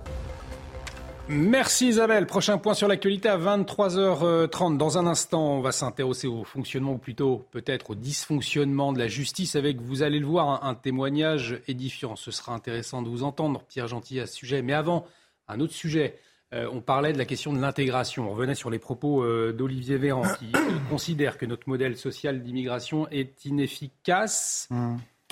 Merci Isabelle. Prochain point sur l'actualité à vingt-trois heures trente. Dans un instant, on va s'intéresser au fonctionnement, ou plutôt peut-être au dysfonctionnement de la justice avec, vous allez le voir, un, un témoignage édifiant. Ce sera intéressant de vous entendre, Pierre Gentil, à ce sujet. Mais avant, un autre sujet. Euh, on parlait de la question de l'intégration. On revenait sur les propos euh, d'Olivier Véran qui considère que notre modèle social d'immigration est inefficace. Mmh.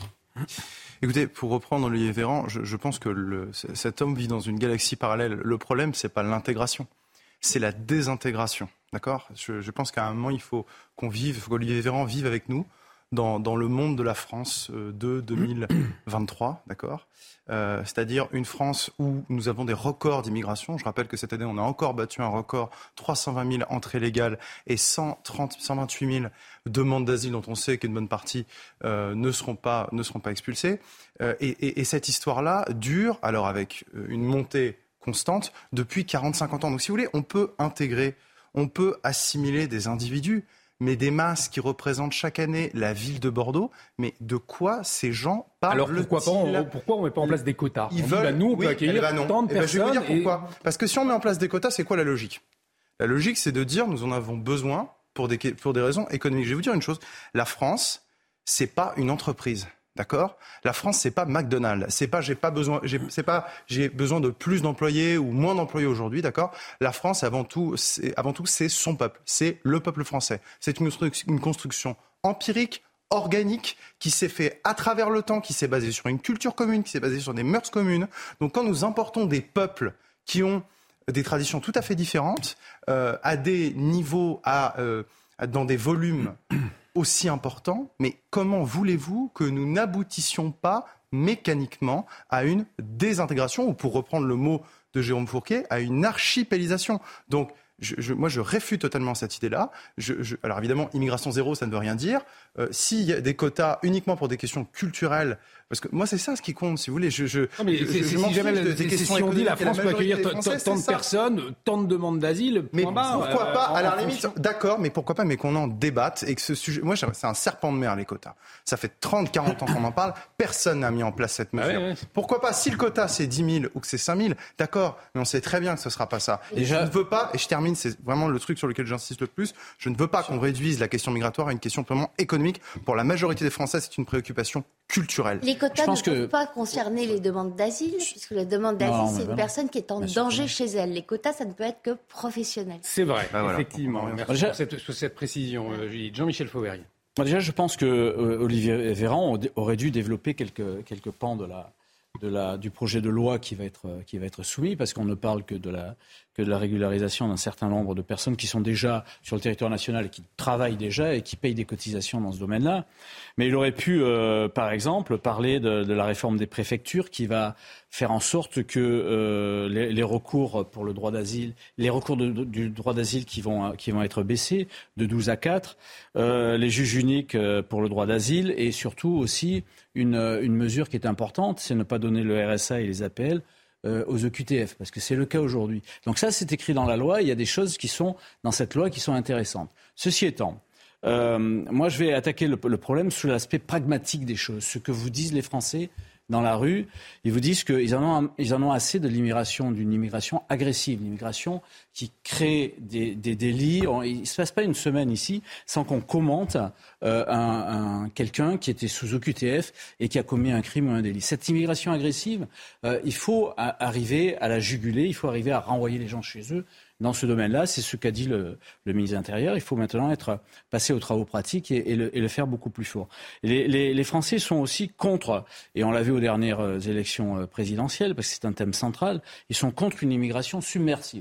Écoutez, pour reprendre Olivier Véran, je, je pense que le, cet homme vit dans une galaxie parallèle. Le problème, c'est pas l'intégration, c'est la désintégration. D'accord ? je, je pense qu'à un moment, il faut qu'on vive, il faut qu'Olivier Véran vive avec nous dans, dans le monde de la France de deux mille vingt-trois, d'accord ? Euh, c'est-à-dire une France où nous avons des records d'immigration. Je rappelle que cette année, on a encore battu un record, trois cent vingt mille entrées légales et cent trente, cent vingt-huit mille demandes d'asile dont on sait qu'une bonne partie euh, ne seront pas, ne seront pas expulsées. Euh, et, et, et cette histoire-là dure, alors avec une montée constante, depuis quarante à cinquante ans. Donc si vous voulez, on peut intégrer, on peut assimiler des individus, mais des masses qui représentent chaque année la ville de Bordeaux. Mais de quoi ces gens parlent? Alors pourquoi pas on, pourquoi on met pas en place des quotas? Ils on veulent. Dit, bah, nous, on oui, peut accueillir bah non. tant de eh ben, personnes. je vais vous dire pourquoi. Et... Parce que si on met en place des quotas, c'est quoi la logique? La logique, c'est de dire nous en avons besoin pour des, pour des raisons économiques. Je vais vous dire une chose. La France, c'est pas une entreprise. D'accord ? La France, c'est pas McDonald's. C'est pas j'ai pas besoin, j'ai, c'est pas j'ai besoin de plus d'employés ou moins d'employés aujourd'hui. D'accord ? La France, avant tout, c'est, avant tout, c'est son peuple. C'est le peuple français. C'est une, une construction empirique, organique, qui s'est fait à travers le temps, qui s'est basée sur une culture commune, qui s'est basée sur des mœurs communes. Donc, quand nous importons des peuples qui ont des traditions tout à fait différentes, euh, à des niveaux, à, euh, dans des volumes aussi importants, mais comment voulez-vous que nous n'aboutissions pas mécaniquement à une désintégration, ou pour reprendre le mot de Jérôme Fourquet, à une archipélisation? Donc, je, je, moi, je réfute totalement cette idée-là. Je, je, alors évidemment, immigration zéro, ça ne veut rien dire. Euh, s'il y a des quotas uniquement pour des questions culturelles, parce que moi, c'est ça ce qui compte, si vous voulez. Je, je, non, mais je, c'est, je si jamais de, la, des questions si on dit la France peut accueillir tant de personnes, tant de demandes d'asile, mais point barre, pourquoi euh, pas, à la fonction... limite, d'accord, mais pourquoi pas, mais qu'on en débatte et que ce sujet, moi, c'est un serpent de mer, les quotas. Ça fait trente, quarante ans qu'on en parle, personne n'a mis en place cette mesure. Ah ouais, ouais. Pourquoi pas, si le quota c'est dix mille ou que c'est cinq mille, d'accord, mais on sait très bien que ce sera pas ça. Et Déjà... je ne veux pas, et je termine, c'est vraiment le truc sur lequel j'insiste le plus, je ne veux pas qu'on réduise la question migratoire à une question purement économique. Pour la majorité des Français, c'est une préoccupation culturelle. Les quotas ne peuvent que... pas concerner les demandes d'asile, puisque la demande d'asile, non, c'est une personne qui est en danger chez elle. Les quotas, ça ne peut être que professionnel. C'est vrai, bah voilà, effectivement. Merci déjà... pour cette, pour cette précision, euh, Jean-Michel Fauvergue. Déjà, je pense que euh, Olivier Véran aurait dû développer quelques, quelques pans de la, de la, du projet de loi qui va être, qui va être soumis, parce qu'on ne parle que de la, que de la régularisation d'un certain nombre de personnes qui sont déjà sur le territoire national et qui travaillent déjà et qui payent des cotisations dans ce domaine-là. Mais il aurait pu, euh, par exemple, parler de, de la réforme des préfectures qui va faire en sorte que euh, les, les recours pour le droit d'asile, les recours de, de, du droit d'asile qui vont, qui vont être baissés de douze à quatre, euh, les juges uniques pour le droit d'asile et surtout aussi une, une mesure qui est importante, c'est ne pas donner le R S A et les A P L aux O Q T F, parce que c'est le cas aujourd'hui. Donc ça, c'est écrit dans la loi. Il y a des choses qui sont dans cette loi qui sont intéressantes. Ceci étant, euh, moi, je vais attaquer le, le problème sous l'aspect pragmatique des choses. Ce que vous disent les Français dans la rue, ils vous disent qu'ils en ont, ils en ont assez de l'immigration, d'une immigration agressive, une immigration qui crée des, des délits. Il ne se passe pas une semaine ici sans qu'on commente euh, un, un, quelqu'un qui était sous O Q T F et qui a commis un crime ou un délit. Cette immigration agressive, euh, il faut a, arriver à la juguler, il faut arriver à renvoyer les gens chez eux. Dans ce domaine-là, c'est ce qu'a dit le, le ministre de l'Intérieur. Il faut maintenant être passé aux travaux pratiques et, et, le, et le faire beaucoup plus fort. Les, les, les Français sont aussi contre, et on l'a vu aux dernières élections présidentielles, parce que c'est un thème central, ils sont contre une immigration submersive aussi.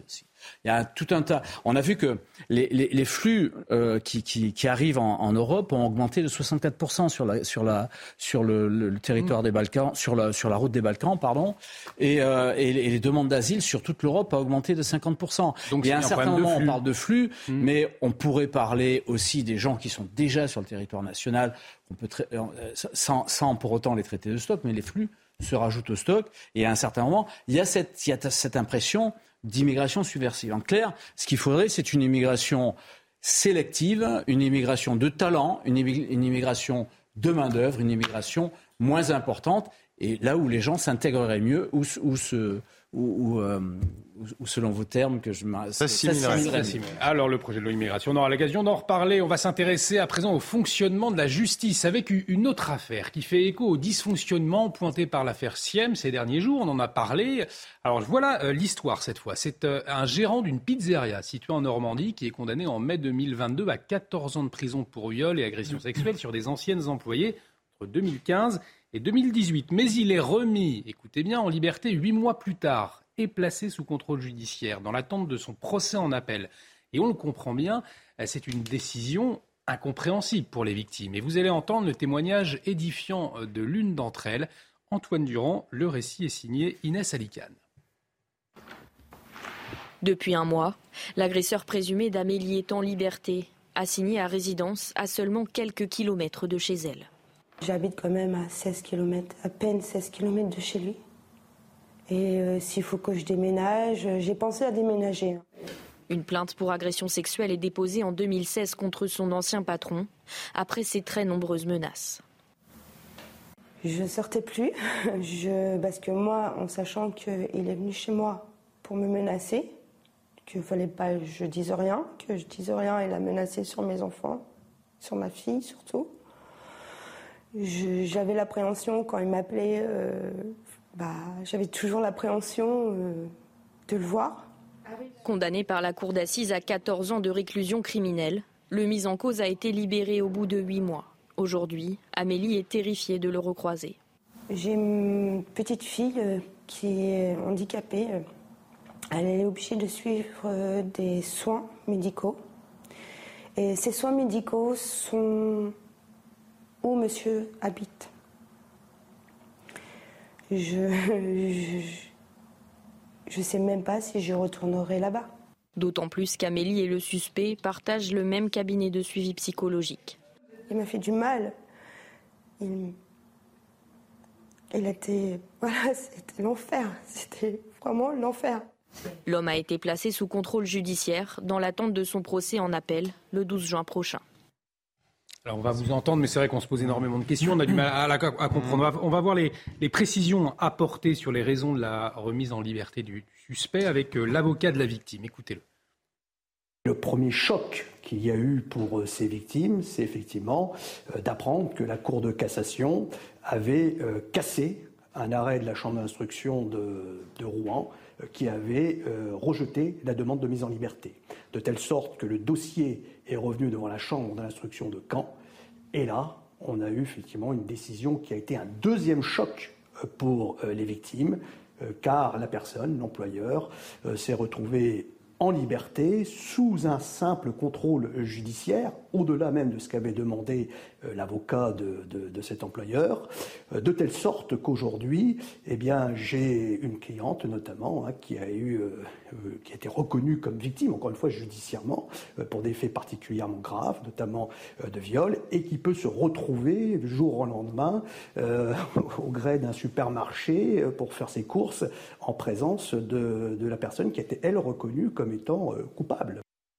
Il y a tout un tas. On a vu que les, les, les flux euh, qui, qui, qui arrivent en, en Europe ont augmenté de soixante-quatre pour cent sur, la, sur, la, sur le, le, le territoire mmh. des Balkans, sur la, sur la route des Balkans, pardon. Et, euh, et, et les demandes d'asile sur toute l'Europe ont augmenté de cinquante pour cent. Donc, il y a un, un certain moment, on parle de flux, mmh. mais on pourrait parler aussi des gens qui sont déjà sur le territoire national, on peut tra- sans, sans pour autant les traiter de stock, mais les flux se rajoutent au stock. Et à un certain moment, il y a cette, il y a cette impression d'immigration subversive. En clair, ce qu'il faudrait, c'est une immigration sélective, une immigration de talent, une, immig- une immigration de main-d'œuvre, une immigration moins importante, et là où les gens s'intégreraient mieux, ou se... Ou, ou, euh, ou selon vos termes que je m'assimilerai. Alors le projet de loi immigration, on aura l'occasion d'en reparler. On va s'intéresser à présent au fonctionnement de la justice avec une autre affaire qui fait écho au dysfonctionnement pointé par l'affaire Siem ces derniers jours. On en a parlé. Alors voilà euh, l'histoire cette fois. C'est euh, un gérant d'une pizzeria située en Normandie qui est condamné en mai deux mille vingt-deux à quatorze ans de prison pour viol et agression sexuelle sur des anciennes employées entre deux mille quinze et deux mille dix-huit. Mais il est remis, écoutez bien, en liberté huit mois plus tard et placé sous contrôle judiciaire dans l'attente de son procès en appel. Et on le comprend bien, c'est une décision incompréhensible pour les victimes. Et vous allez entendre le témoignage édifiant de l'une d'entre elles. Antoine Durand, le récit est signé Inès Alicane. Depuis un mois, l'agresseur présumé d'Amélie est en liberté, assigné à résidence à seulement quelques kilomètres de chez elle. J'habite quand même à seize kilomètres, à peine seize kilomètres de chez lui. Et euh, s'il faut que je déménage, j'ai pensé à déménager. Une plainte pour agression sexuelle est déposée en deux mille seize contre son ancien patron, après ses très nombreuses menaces. Je ne sortais plus, je, parce que moi, en sachant qu'il est venu chez moi pour me menacer, qu'il ne fallait pas que je dise rien, que je dise rien, il a menacé sur mes enfants, sur ma fille surtout. Je, j'avais l'appréhension quand il m'appelait, euh, bah, j'avais toujours l'appréhension euh, de le voir. Condamné par la cour d'assises à quatorze ans de réclusion criminelle, le mis en cause a été libéré au bout de huit mois. Aujourd'hui, Amélie est terrifiée de le recroiser. J'ai une petite fille euh, qui est handicapée. Elle est obligée de suivre euh, des soins médicaux. Et ces soins médicaux sont où monsieur habite. Je je sais même pas si je retournerai là-bas. D'autant plus qu'Amélie et le suspect partagent le même cabinet de suivi psychologique. Il m'a fait du mal. Il, il était, voilà, c'était l'enfer. C'était vraiment l'enfer. L'homme a été placé sous contrôle judiciaire dans l'attente de son procès en appel le douze juin prochain. Alors on va vous entendre, mais c'est vrai qu'on se pose énormément de questions. On a du mal à, à, à comprendre. On va, on va voir les, les précisions apportées sur les raisons de la remise en liberté du suspect avec euh, l'avocat de la victime. Écoutez-le. Le premier choc qu'il y a eu pour euh, ces victimes, c'est effectivement euh, d'apprendre que la Cour de cassation avait euh, cassé un arrêt de la Chambre d'instruction de, de Rouen euh, qui avait euh, rejeté la demande de mise en liberté. De telle sorte que le dossier est revenu devant la Chambre d'instruction de Caen. Et là, on a eu effectivement une décision qui a été un deuxième choc pour euh, les victimes, euh, car la personne, l'employeur, euh, s'est retrouvé en liberté, sous un simple contrôle judiciaire, au-delà même de ce qu'avait demandé euh, l'avocat de, de, de cet employeur, euh, de telle sorte qu'aujourd'hui, eh bien, j'ai une cliente notamment hein, qui a eu, euh, euh, qui a été reconnue comme victime, encore une fois judiciairement, euh, pour des faits particulièrement graves, notamment euh, de viol, et qui peut se retrouver du jour au lendemain euh, au gré d'un supermarché euh, pour faire ses courses en présence de, de la personne qui était elle reconnue comme étant euh, coupable.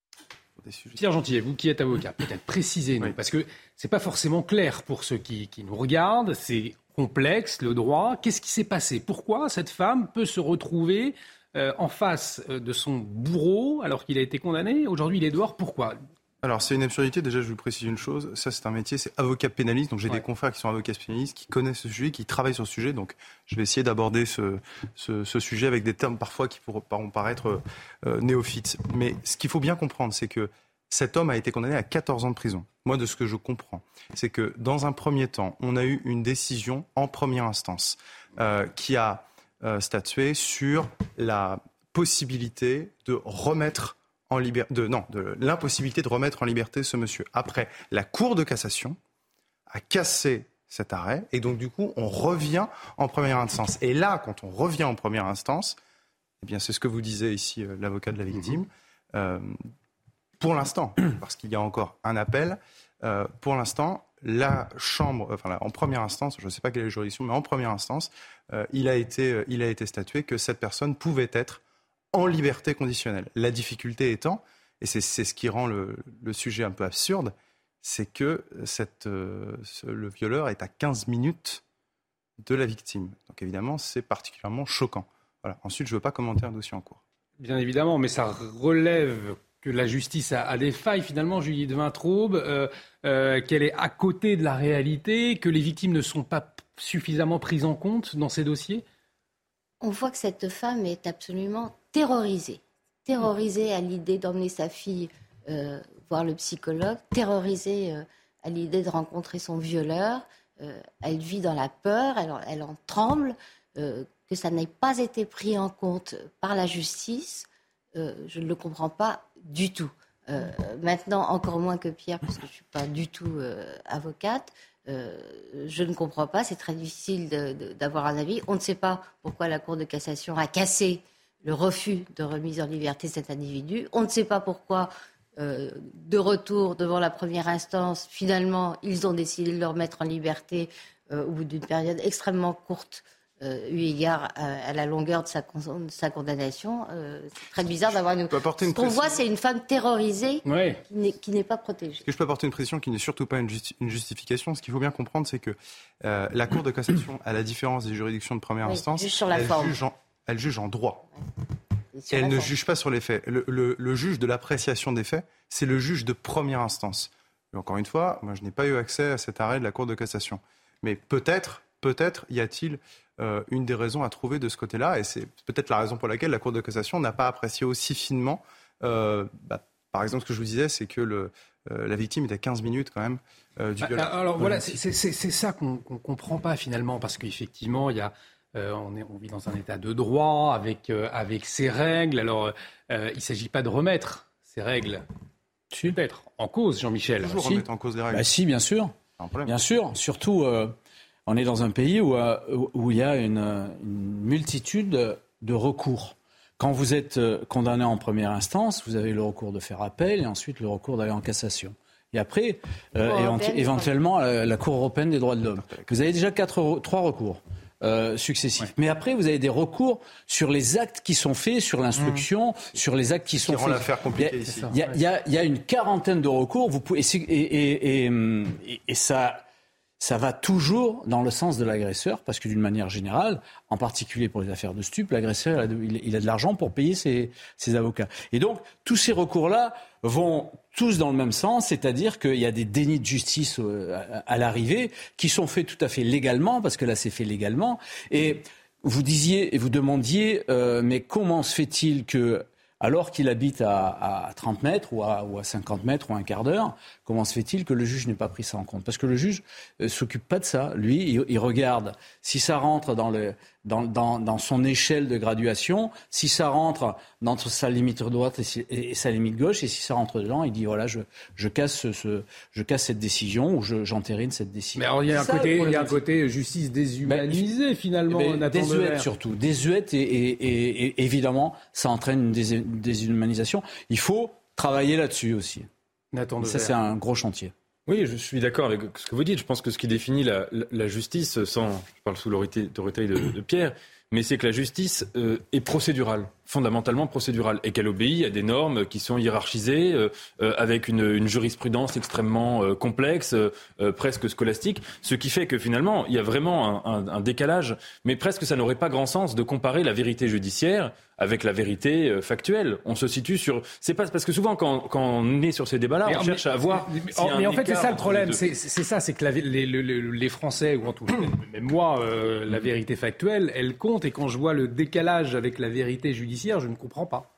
Pierre Gentillet, vous qui êtes avocat, peut-être précisez-nous, oui. Parce que c'est pas forcément clair pour ceux qui, qui nous regardent, c'est complexe, le droit. Qu'est-ce qui s'est passé ? Pourquoi cette femme peut se retrouver euh, en face de son bourreau alors qu'il a été condamné ? Aujourd'hui, il est dehors. Pourquoi ? Alors, c'est une absurdité. Déjà, je vous précise une chose. Ça, c'est un métier, c'est avocat pénaliste. Donc, j'ai ouais. des confrères qui sont avocats pénalistes, qui connaissent ce sujet, qui travaillent sur ce sujet. Donc, je vais essayer d'aborder ce, ce, ce sujet avec des termes parfois qui pourront paraître euh, néophytes. Mais ce qu'il faut bien comprendre, c'est que cet homme a été condamné à quatorze ans de prison. Moi, de ce que je comprends, c'est que dans un premier temps, on a eu une décision en première instance euh, qui a euh, statué sur la possibilité de remettre en liberté, de, non, de l'impossibilité de remettre en liberté ce monsieur. Après, la Cour de cassation a cassé cet arrêt et donc du coup, on revient en première instance. Et là, quand on revient en première instance, eh bien, c'est ce que vous disait ici euh, l'avocat de la victime. Euh, pour l'instant, parce qu'il y a encore un appel, euh, pour l'instant, la chambre, enfin là, en première instance, je ne sais pas quelle est la juridiction, mais en première instance, euh, il a été, euh, il a été statué que cette personne pouvait être en liberté conditionnelle. La difficulté étant, et c'est, c'est ce qui rend le, le sujet un peu absurde, c'est que cette, euh, ce, le violeur est à quinze minutes de la victime. Donc évidemment, c'est particulièrement choquant. Voilà. Ensuite, je ne veux pas commenter un dossier en cours. Bien évidemment, mais ça relève que la justice a, a des failles finalement, Julie de Vintraube, euh, euh, qu'elle est à côté de la réalité, que les victimes ne sont pas suffisamment prises en compte dans ces dossiers. On voit que cette femme est absolument terrorisée. Terrorisée à l'idée d'emmener sa fille euh, voir le psychologue, terrorisée euh, à l'idée de rencontrer son violeur. Euh, elle vit dans la peur, elle, elle en tremble. Euh, que ça n'ait pas été pris en compte par la justice, euh, je ne le comprends pas du tout. Euh, maintenant, encore moins que Pierre, parce que je ne suis pas du tout euh, avocate, euh, je ne comprends pas, c'est très difficile de, de, d'avoir un avis. On ne sait pas pourquoi la Cour de cassation a cassé le refus de remise en liberté de cet individu. On ne sait pas pourquoi, euh, de retour devant la première instance, finalement, ils ont décidé de le remettre en liberté euh, au bout d'une période extrêmement courte, Euh, eu égard à, à la longueur de sa, de sa condamnation. Euh, c'est très bizarre d'avoir une... Ce qu'on voit, c'est une femme terrorisée ouais. qui, n'est, qui n'est pas protégée. Est-ce que je peux apporter une précision qui n'est surtout pas une, justi- une justification ? Ce qu'il faut bien comprendre, c'est que euh, la Cour de cassation, à la différence des juridictions de première oui, instance, juge sur la elle, forme. Juge en, elle juge en droit. Ouais. Et elle ne forme. juge pas sur les faits. Le, le, le juge de l'appréciation des faits, c'est le juge de première instance. Et encore une fois, moi, je n'ai pas eu accès à cet arrêt de la Cour de cassation. Mais peut-être, peut-être y a-t-il Euh, une des raisons à trouver de ce côté-là, et c'est peut-être la raison pour laquelle la Cour de cassation n'a pas apprécié aussi finement. Euh, bah, par exemple, ce que je vous disais, c'est que le, euh, la victime est à quinze minutes quand même euh, du viol. Alors voilà, c'est, c'est, c'est ça qu'on ne comprend pas finalement, parce qu'effectivement, il y a, euh, on, est, on vit dans un état de droit avec, euh, avec ses règles. Alors, euh, il ne s'agit pas de remettre ces règles si. peut-être en cause, Jean-Michel. Toujours si. remettre en cause les règles. Bah, si, bien sûr. Bien sûr, surtout... Euh... On est dans un pays où, où il y a une, une multitude de recours. Quand vous êtes condamné en première instance, vous avez le recours de faire appel et ensuite le recours d'aller en cassation. Et après, euh, évent- éventuellement, la, la Cour européenne des droits de l'homme. Vous avez déjà quatre, trois recours euh, successifs. Ouais. Mais après, vous avez des recours sur les actes qui sont faits, sur l'instruction, mmh. sur les actes qui sont qui faits. Rend l'affaire compliquée ici. Il y a, il y a, il y a une quarantaine de recours. Vous pouvez, et, et, et, et, et ça... Ça va toujours dans le sens de l'agresseur, parce que d'une manière générale, en particulier pour les affaires de stupes, l'agresseur, il a de, il a de l'argent pour payer ses, ses avocats. Et donc, tous ces recours-là vont tous dans le même sens, c'est-à-dire qu'il y a des dénis de justice à, à l'arrivée qui sont faits tout à fait légalement, parce que là, c'est fait légalement. Et vous disiez, et vous demandiez, euh, mais comment se fait-il que... alors qu'il habite à, à trente mètres ou à, ou à cinquante mètres ou un quart d'heure, comment se fait-il que le juge n'ait pas pris ça en compte ? Parce que le juge ne euh, s'occupe pas de ça. Lui, il, il regarde si ça rentre dans, le, dans, dans, dans son échelle de graduation, si ça rentre dans sa limite droite et, si, et, et sa limite gauche, et si ça rentre dedans, il dit voilà, je, je, casse, ce, je casse cette décision ou je, j'entérine cette décision. Mais alors, il y a un, côté, il y a un côté justice déshumanisée, ben, finalement. Ben, désuète surtout. Désuète et, et, et, et évidemment, ça entraîne une dés, déshumanisation. Il faut travailler là-dessus aussi. Nathan ça, c'est un gros chantier. Oui, je suis d'accord avec ce que vous dites. Je pense que ce qui définit la, la, la justice, sans, je parle sous l'autorité de, de Pierre, mais c'est que la justice euh, est procédurale, fondamentalement procédurale, et qu'elle obéit à des normes qui sont hiérarchisées, euh, euh, avec une, une jurisprudence extrêmement euh, complexe, euh, presque scolastique, ce qui fait que finalement, il y a vraiment un, un, un décalage, mais presque ça n'aurait pas grand sens de comparer la vérité judiciaire avec la vérité euh, factuelle. On se situe sur... C'est pas parce que souvent, quand, quand on est sur ces débats-là, mais on mais, cherche à voir... Mais, si mais en fait, c'est ça le problème. De... C'est, c'est ça, c'est que la, les, les, les Français, ou en tout cas, même moi, euh, la vérité factuelle, elle compte. Et quand je vois le décalage avec la vérité judiciaire, je ne comprends pas.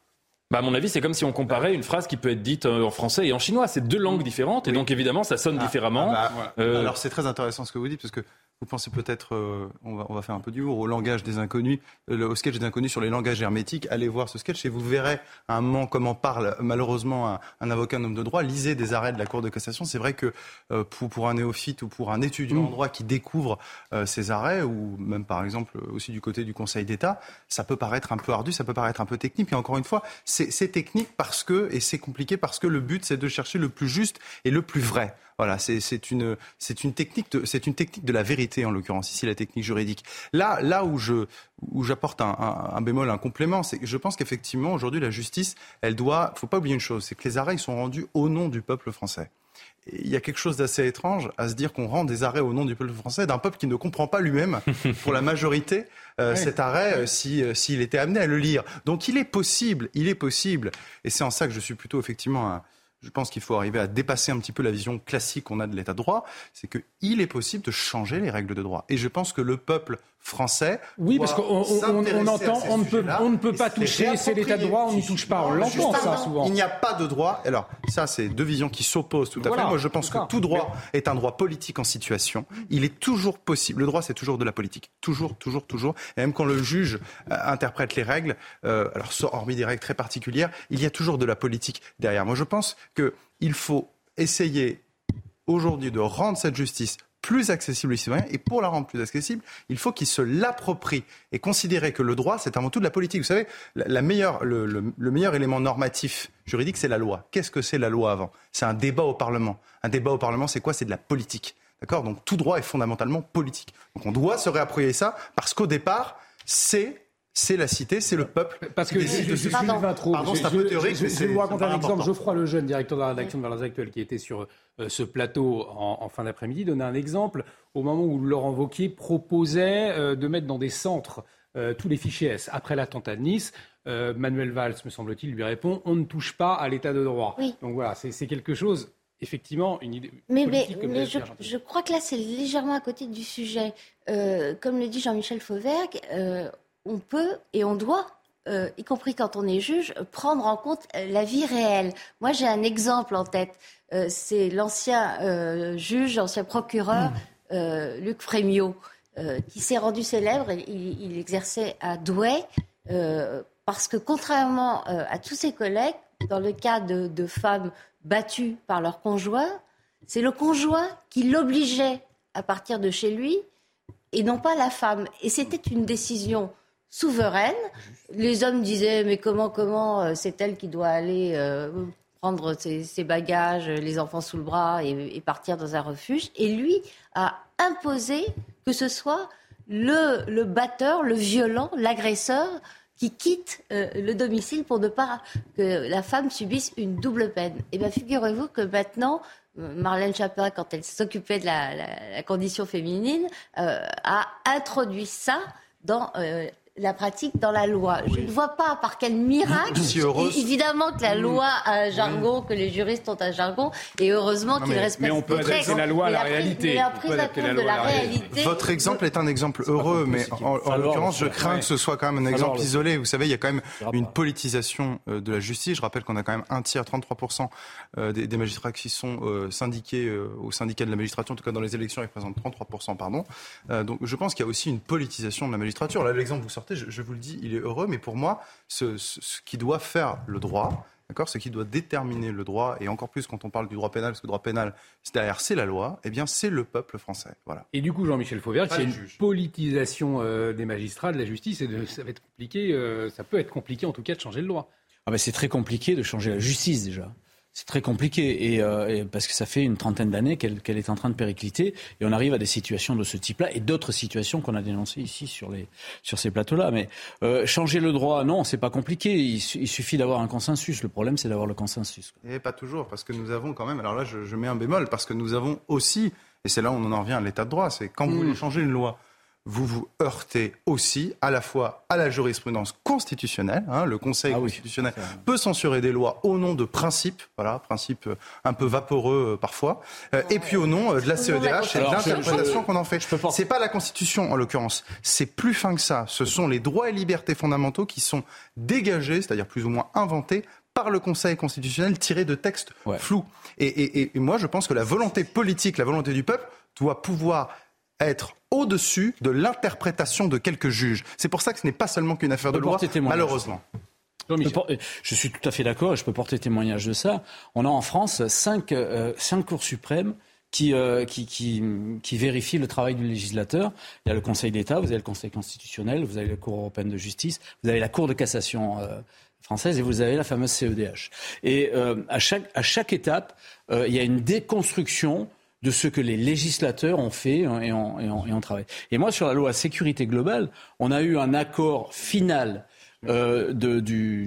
Bah à mon avis, c'est comme si on comparait une phrase qui peut être dite en français et en chinois. C'est deux langues différentes et donc évidemment, ça sonne ah, différemment. Ah bah, euh... Alors c'est très intéressant ce que vous dites parce que vous pensez peut-être, euh, on, va, on va faire un peu d'humour, au langage des inconnus, euh, au sketch des inconnus sur les langages hermétiques. Allez voir ce sketch et vous verrez à un moment comment parle malheureusement un, un avocat, un homme de droit. Lisez des arrêts de la Cour de cassation. C'est vrai que euh, pour, pour un néophyte ou pour un étudiant en droit qui découvre euh, ces arrêts, ou même par exemple aussi du côté du Conseil d'État, ça peut paraître un peu ardu, ça peut paraître un peu technique. Et encore une fois, c'est, c'est technique parce que, et c'est compliqué parce que le but c'est de chercher le plus juste et le plus vrai. Voilà, c'est, c'est, une, c'est, une technique de, c'est une technique de la vérité, en l'occurrence, ici la technique juridique. Là, là où, je, où j'apporte un, un, un bémol, un complément, c'est que je pense qu'effectivement, aujourd'hui, la justice, elle doit... Il ne faut pas oublier une chose, c'est que les arrêts ils sont rendus au nom du peuple français. Et il y a quelque chose d'assez étrange à se dire qu'on rend des arrêts au nom du peuple français, d'un peuple qui ne comprend pas lui-même, pour la majorité, euh, oui. cet arrêt, euh, si, euh, s'il était amené à le lire. Donc il est possible, il est possible, et c'est en ça que je suis plutôt effectivement... Un, Je pense qu'il faut arriver à dépasser un petit peu la vision classique qu'on a de l'état de droit. C'est qu'il est possible de changer les règles de droit. Et je pense que le peuple français... Oui, parce qu'on on, on entend, on ne peut, on ne peut pas toucher, c'est l'état de droit, on n'y touche pas. On l'entend ça souvent. Il n'y a pas de droit. Alors, ça, c'est deux visions qui s'opposent tout à voilà, fait. Moi, je pense que tout droit est un droit politique en situation. Il est toujours possible. Le droit, c'est toujours de la politique. Toujours, toujours, toujours. Et même quand le juge euh, interprète les règles, euh, alors hormis des règles très particulières, il y a toujours de la politique derrière. Moi, je pense qu'il faut essayer aujourd'hui de rendre cette justice plus accessible aux citoyens. Et pour la rendre plus accessible, il faut qu'ils se l'approprient et considérer que le droit, c'est avant tout de la politique. Vous savez, la, la meilleure, le, le, le meilleur élément normatif juridique, c'est la loi. Qu'est-ce que c'est la loi avant ? C'est un débat au Parlement. Un débat au Parlement, c'est quoi ? C'est de la politique. D'accord ? Donc tout droit est fondamentalement politique. Donc on doit se réapproprier ça parce qu'au départ, c'est... C'est la cité, c'est le peuple. Parce que je, je, je suis Sylvain Traut. Pardon, c'est un peu théorique. Je, je, je vais vous raconter un exemple. Geoffroy Lejeune, directeur de la rédaction de Valeurs Actuelles, qui était sur euh, ce plateau en, en fin d'après-midi, donnait un exemple au moment où Laurent Wauquiez proposait euh, de mettre dans des centres euh, tous les fichiers S. Après l'attentat de Nice, euh, Manuel Valls, me semble-t-il, lui répond « On ne touche pas à l'état de droit oui. ». Donc voilà, c'est, c'est quelque chose... Effectivement, une idée mais, politique. Mais, mais je, je crois que là, c'est légèrement à côté du sujet. Euh, comme le dit Jean-Michel Fauvergue, euh, on peut et on doit, euh, y compris quand on est juge, prendre en compte la vie réelle. Moi, j'ai un exemple en tête. Euh, c'est l'ancien euh, juge, ancien procureur, euh, Luc Frémiot, euh, qui s'est rendu célèbre. Il, il exerçait à Douai, euh, parce que contrairement euh, à tous ses collègues, dans le cas de, de femmes battues par leur conjoint, c'est le conjoint qui l'obligeait à partir de chez lui et non pas la femme. Et c'était une décision souveraine. Les hommes disaient mais comment, comment, c'est elle qui doit aller euh, prendre ses, ses bagages, les enfants sous le bras et, et partir dans un refuge. Et lui a imposé que ce soit le, le batteur, le violent, l'agresseur qui quitte euh, le domicile pour ne pas que la femme subisse une double peine. Et bien, figurez-vous que maintenant, Marlène Schiappa, quand elle s'occupait de la, la, la condition féminine, euh, a introduit ça dans euh, la pratique, dans la loi. Oui. Je ne vois pas par quel miracle. Si évidemment que la loi a un jargon, oui. que les juristes ont un jargon, et heureusement non, qu'ils respectent. Mais on peut adapter la loi à la, la réalité. Mais la prise en compte de la réalité. Votre exemple est un exemple heureux, mais en, en l'occurrence, je crains ouais. que ce soit quand même un exemple Alors, isolé. Vous savez, il y a quand même une politisation de la justice. Je rappelle qu'on a quand même un tiers, trente-trois pour cent des, des magistrats qui sont euh, syndiqués euh, au syndicat de la magistrature, en tout cas dans les élections, ils représentent trente-trois pour cent, pardon. Euh, donc je pense qu'il y a aussi une politisation de la magistrature. Là, l'exemple que vous sortez, je, je vous le dis, il est heureux, mais pour moi, ce, ce, ce qui doit faire le droit, d'accord, ce qui doit déterminer le droit, et encore plus quand on parle du droit pénal, parce que le droit pénal, c'est derrière, c'est la loi, eh bien, c'est le peuple français. Voilà. Et du coup, Jean-Michel Fauvergue, c'est une juge. politisation euh, des magistrats, de la justice, et de, ça va être compliqué, euh, ça peut être compliqué en tout cas de changer le droit. Ah ben, c'est très compliqué de changer la justice déjà. C'est très compliqué et, euh, et parce que ça fait une trentaine d'années qu'elle, qu'elle est en train de péricliter et on arrive à des situations de ce type-là et d'autres situations qu'on a dénoncées ici sur, les, sur ces plateaux-là. Mais euh, changer le droit, non, c'est pas compliqué. Il, il suffit d'avoir un consensus. Le problème, c'est d'avoir le consensus. Et pas toujours, parce que nous avons quand même. Alors là, je, je mets un bémol parce que nous avons aussi, et c'est là où on en revient à l'état de droit. C'est quand vous mmh. voulez changer une loi. vous vous heurtez aussi à la fois à la jurisprudence constitutionnelle. Hein, le Conseil ah constitutionnel oui, peut censurer des lois au nom de principes, voilà, principes un peu vaporeux euh, parfois, euh, et puis au nom euh, de la C E D H et de l'interprétation qu'on en fait. C'est pas la Constitution en l'occurrence, c'est plus fin que ça. Ce sont les droits et libertés fondamentaux qui sont dégagés, c'est-à-dire plus ou moins inventés, par le Conseil constitutionnel tiré de textes ouais. flous. Et, et, et moi, je pense que la volonté politique, la volonté du peuple doit pouvoir être au-dessus de l'interprétation de quelques juges. C'est pour ça que ce n'est pas seulement qu'une affaire de loi, malheureusement. Je, por- je suis tout à fait d'accord et je peux porter témoignage de ça. On a en France cinq, euh, cinq cours suprêmes qui, euh, qui, qui, qui vérifient le travail du législateur. Il y a le Conseil d'État, vous avez le Conseil constitutionnel, vous avez la Cour européenne de justice, vous avez la Cour de cassation euh, française et vous avez la fameuse C E D H. Et euh, à, chaque, à chaque étape, euh, il y a une déconstruction de ce que les législateurs ont fait et ont, et, ont, et ont travaillé. Et moi, sur la loi sécurité globale, on a eu un accord final euh, de,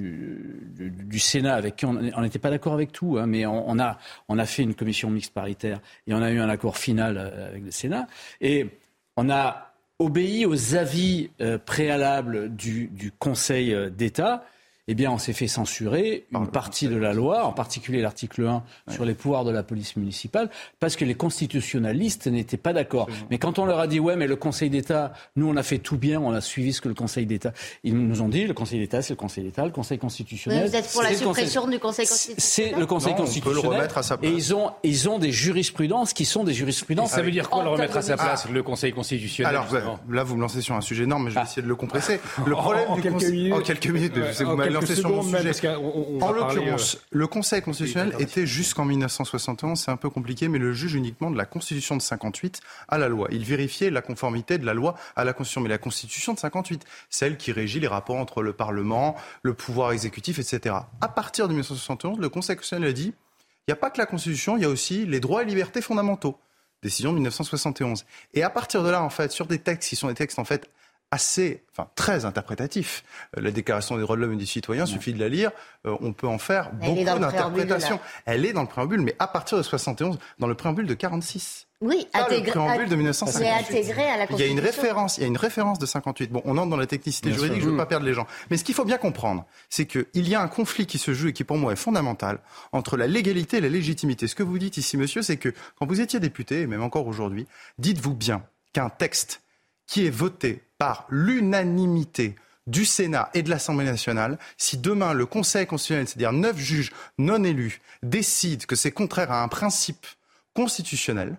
du, du, du Sénat avec qui on n'était pas d'accord avec tout, hein, mais on, on, a, on a fait une commission mixte paritaire et on a eu un accord final avec le Sénat. Et on a obéi aux avis euh, préalables du, du Conseil d'État. Eh bien, on s'est fait censurer une partie de la loi, en particulier l'article un ouais. sur les pouvoirs de la police municipale, parce que les constitutionnalistes n'étaient pas d'accord. Absolument. Mais quand on leur a dit, ouais, mais le Conseil d'État, nous, on a fait tout bien, on a suivi ce que le Conseil d'État... Ils nous ont dit, le Conseil d'État, c'est le Conseil d'État, le Conseil constitutionnel... Mais vous êtes pour la suppression conseil... du Conseil constitutionnel ? C'est le Conseil non, constitutionnel. On peut le remettre à sa place. Et ils ont, ils ont des jurisprudences qui sont des jurisprudences... Et ça veut dire quoi, le remettre à sa place, ah. le Conseil constitutionnel ? Alors, justement. Là, vous me lancez sur un sujet énorme, mais je vais ah. essayer de le compresser. Le problème en, du quelques conseil... minutes. En quelques minutes, je sais que vous m'avez lancé sur mon sujet. On, on en l'occurrence, euh... le Conseil constitutionnel oui, était jusqu'en dix-neuf cent soixante et onze, c'est un peu compliqué, mais le juge uniquement de la Constitution de cinquante-huit à la loi. Il vérifiait la conformité de la loi à la Constitution. Mais la Constitution de cinquante-huit, celle qui régit les rapports entre le Parlement, le pouvoir exécutif, et cetera. À partir de dix-neuf cent soixante et onze, le Conseil constitutionnel a dit il n'y a pas que la Constitution, il y a aussi les droits et libertés fondamentaux. Décision de dix-neuf cent soixante et onze. Et à partir de là, en fait, sur des textes qui sont des textes, en fait, assez, enfin très interprétatif. Euh, la Déclaration des droits de l'homme et du citoyen, il ouais. suffit de la lire, euh, on peut en faire Elle beaucoup d'interprétations. Elle est dans le préambule, mais à partir de soixante et onze, dans le préambule de quarante-six. Oui, pas intégré, le préambule de dix-neuf cent cinquante-huit. C'est intégré à la Constitution. Il y a une référence, il y a une référence de cinquante-huit. Bon, on entre dans la technicité bien juridique, sûr. Je ne veux pas perdre les gens. Mais ce qu'il faut bien comprendre, c'est qu'il y a un conflit qui se joue et qui pour moi est fondamental entre la légalité et la légitimité. Ce que vous dites ici, monsieur, c'est que quand vous étiez député, et même encore aujourd'hui, dites-vous bien qu'un texte qui est voté par l'unanimité du Sénat et de l'Assemblée nationale, si demain le Conseil constitutionnel, c'est-à-dire neuf juges non élus, décide que c'est contraire à un principe constitutionnel,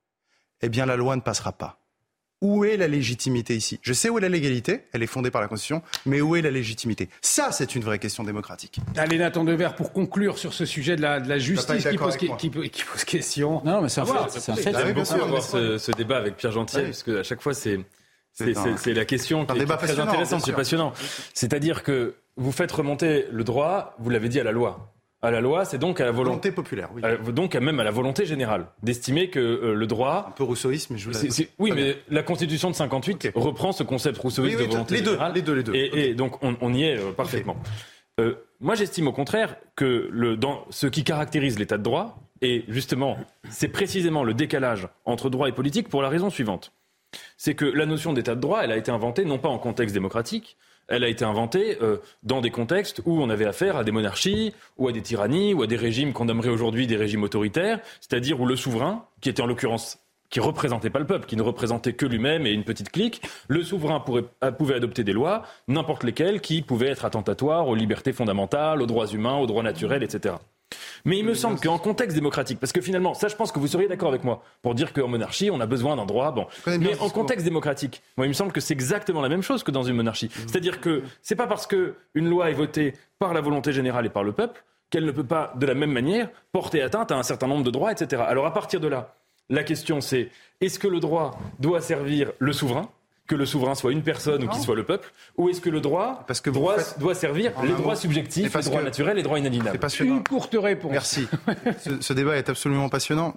eh bien la loi ne passera pas. Où est la légitimité ici ? Je sais où est la légalité, elle est fondée par la Constitution, mais où est la légitimité ? Ça, c'est une vraie question démocratique. Allez, Nathan Devers, pour conclure sur ce sujet de la, de la justice qui pose, qui, qui, qui pose question. Non, mais c'est un fait. C'est un fait. J'aime beaucoup avoir ce, ce débat avec Pierre Gentil, oui. parce qu'à chaque fois, c'est... C'est, c'est, c'est la question qui est, qui est très intéressante, c'est passionnant. C'est-à-dire que vous faites remonter le droit, vous l'avez dit, à la loi. À la loi, c'est donc à la volonté, volonté populaire, oui. À, donc même à la volonté générale, d'estimer que euh, le droit... Un peu rousseauisme, mais je vous c'est, c'est, Oui, mais la Constitution de cinquantahuit okay. reprend ce concept rousseauiste oui, oui, de volonté les deux, générale. Les deux, les deux. Et, okay. et donc on, on y est euh, parfaitement. Okay. Euh, moi, j'estime au contraire que le, dans ce qui caractérise l'état de droit, et justement, c'est précisément le décalage entre droit et politique pour la raison suivante. C'est que la notion d'état de droit, elle a été inventée non pas en contexte démocratique, elle a été inventée euh, dans des contextes où on avait affaire à des monarchies, ou à des tyrannies, ou à des régimes qu'on nommerait aujourd'hui des régimes autoritaires, c'est-à-dire où le souverain, qui était en l'occurrence, qui ne représentait pas le peuple, qui ne représentait que lui-même et une petite clique, le souverain pourrait, pouvait adopter des lois, n'importe lesquelles, qui pouvaient être attentatoires aux libertés fondamentales, aux droits humains, aux droits naturels, et cetera. Mais il me semble qu'en contexte démocratique, parce que finalement, ça je pense que vous seriez d'accord avec moi, pour dire qu'en monarchie, on a besoin d'un droit, bon. Mais en contexte démocratique, moi il me semble que c'est exactement la même chose que dans une monarchie. Mmh. C'est-à-dire que c'est pas parce qu'une loi est votée par la volonté générale et par le peuple qu'elle ne peut pas, de la même manière, porter atteinte à un certain nombre de droits, et cetera. Alors à partir de là, la question c'est, est-ce que le droit doit servir le souverain ? Que le souverain soit une personne ou qu'il soit le peuple, ou est-ce que le droit parce que droit, faites... doit servir les droits subjectifs, les droits que... naturels, les droits inaliénables ? Une courte réponse. Merci. ce, ce débat est absolument passionnant,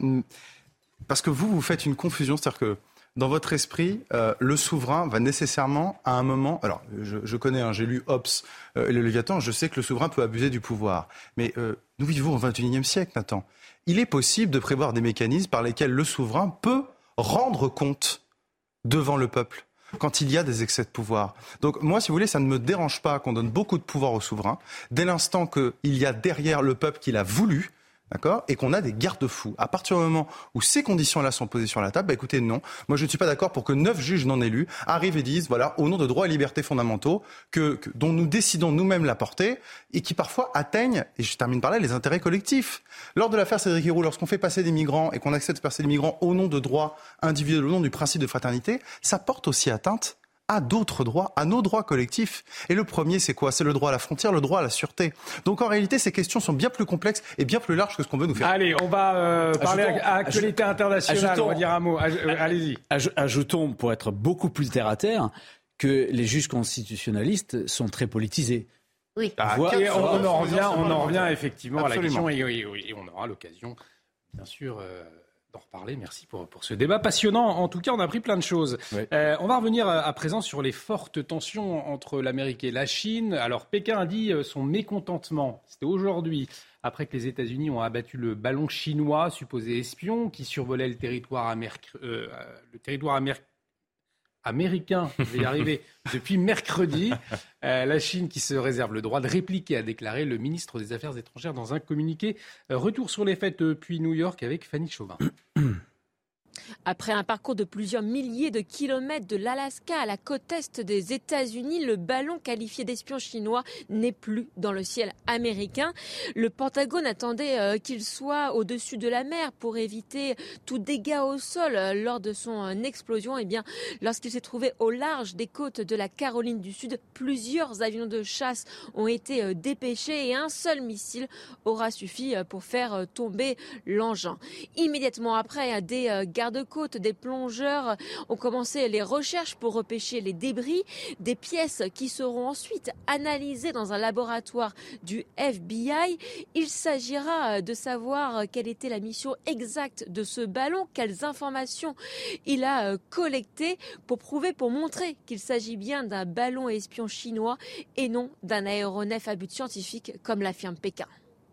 parce que vous, vous faites une confusion, c'est-à-dire que dans votre esprit, euh, le souverain va nécessairement, à un moment... Alors, je, je connais, hein, j'ai lu Hobbes euh, et le Léviathan, je sais que le souverain peut abuser du pouvoir. Mais euh, nous vivons au vingt et unième siècle, Nathan. Il est possible de prévoir des mécanismes par lesquels le souverain peut rendre compte devant le peuple. quand il y a des excès de pouvoir. Donc moi, si vous voulez, ça ne me dérange pas qu'on donne beaucoup de pouvoir aux souverains, dès l'instant qu'il y a derrière le peuple qui l'a voulu, d'accord, et qu'on a des garde-fous. À partir du moment où ces conditions-là sont posées sur la table, bah écoutez, non. Moi, je ne suis pas d'accord pour que neuf juges non élus arrivent et disent, voilà, au nom de droits et libertés fondamentaux, que, que, dont nous décidons nous-mêmes la portée, et qui parfois atteignent, et je termine par là, les intérêts collectifs. Lors de l'affaire Cédric Herrou, lorsqu'on fait passer des migrants et qu'on accepte de passer des migrants au nom de droits individuels, au nom du principe de fraternité, ça porte aussi atteinte à d'autres droits, à nos droits collectifs. Et le premier, c'est quoi ? C'est le droit à la frontière, le droit à la sûreté. Donc en réalité, ces questions sont bien plus complexes et bien plus larges que ce qu'on veut nous faire. Allez, on va euh, parler ajoutons, à actualité ajoutons, internationale, ajoutons, on va dire un mot. Aj- euh, allez-y. Aj- ajoutons, pour être beaucoup plus terre-à-terre, que les juges constitutionnalistes sont très politisés. Oui. Ah, Voire, et on, on en revient, on en revient Absolument. effectivement à la question et, et- et on aura l'occasion, bien sûr, euh, d'en reparler. Merci pour, pour ce débat passionnant. En tout cas, on a appris plein de choses. Oui. Euh, on va revenir à, à présent sur les fortes tensions entre l'Amérique et la Chine. Alors, Pékin a dit son mécontentement. C'était aujourd'hui, après que les États-Unis ont abattu le ballon chinois, supposé espion, qui survolait le territoire, améric- euh, le territoire américain. américain, je vais y arriver, depuis mercredi. Euh, la Chine qui se réserve le droit de répliquer, a déclaré le ministre des Affaires étrangères dans un communiqué. Euh, retour sur les faits depuis New York avec Fanny Chauvin. Après un parcours de plusieurs milliers de kilomètres de l'Alaska à la côte est des États-Unis, le ballon qualifié d'espion chinois n'est plus dans le ciel américain. Le Pentagone attendait euh, qu'il soit au-dessus de la mer pour éviter tout dégât au sol euh, lors de son euh, explosion. Et bien, lorsqu'il s'est trouvé au large des côtes de la Caroline du Sud, plusieurs avions de chasse ont été euh, dépêchés et un seul missile aura suffi euh, pour faire euh, tomber l'engin. Immédiatement après, des euh, garde-côtes, des plongeurs ont commencé les recherches pour repêcher les débris, des pièces qui seront ensuite analysées dans un laboratoire du F B I. Il s'agira de savoir quelle était la mission exacte de ce ballon, quelles informations il a collectées pour prouver, pour montrer qu'il s'agit bien d'un ballon espion chinois et non d'un aéronef à but scientifique comme l'affirme Pékin.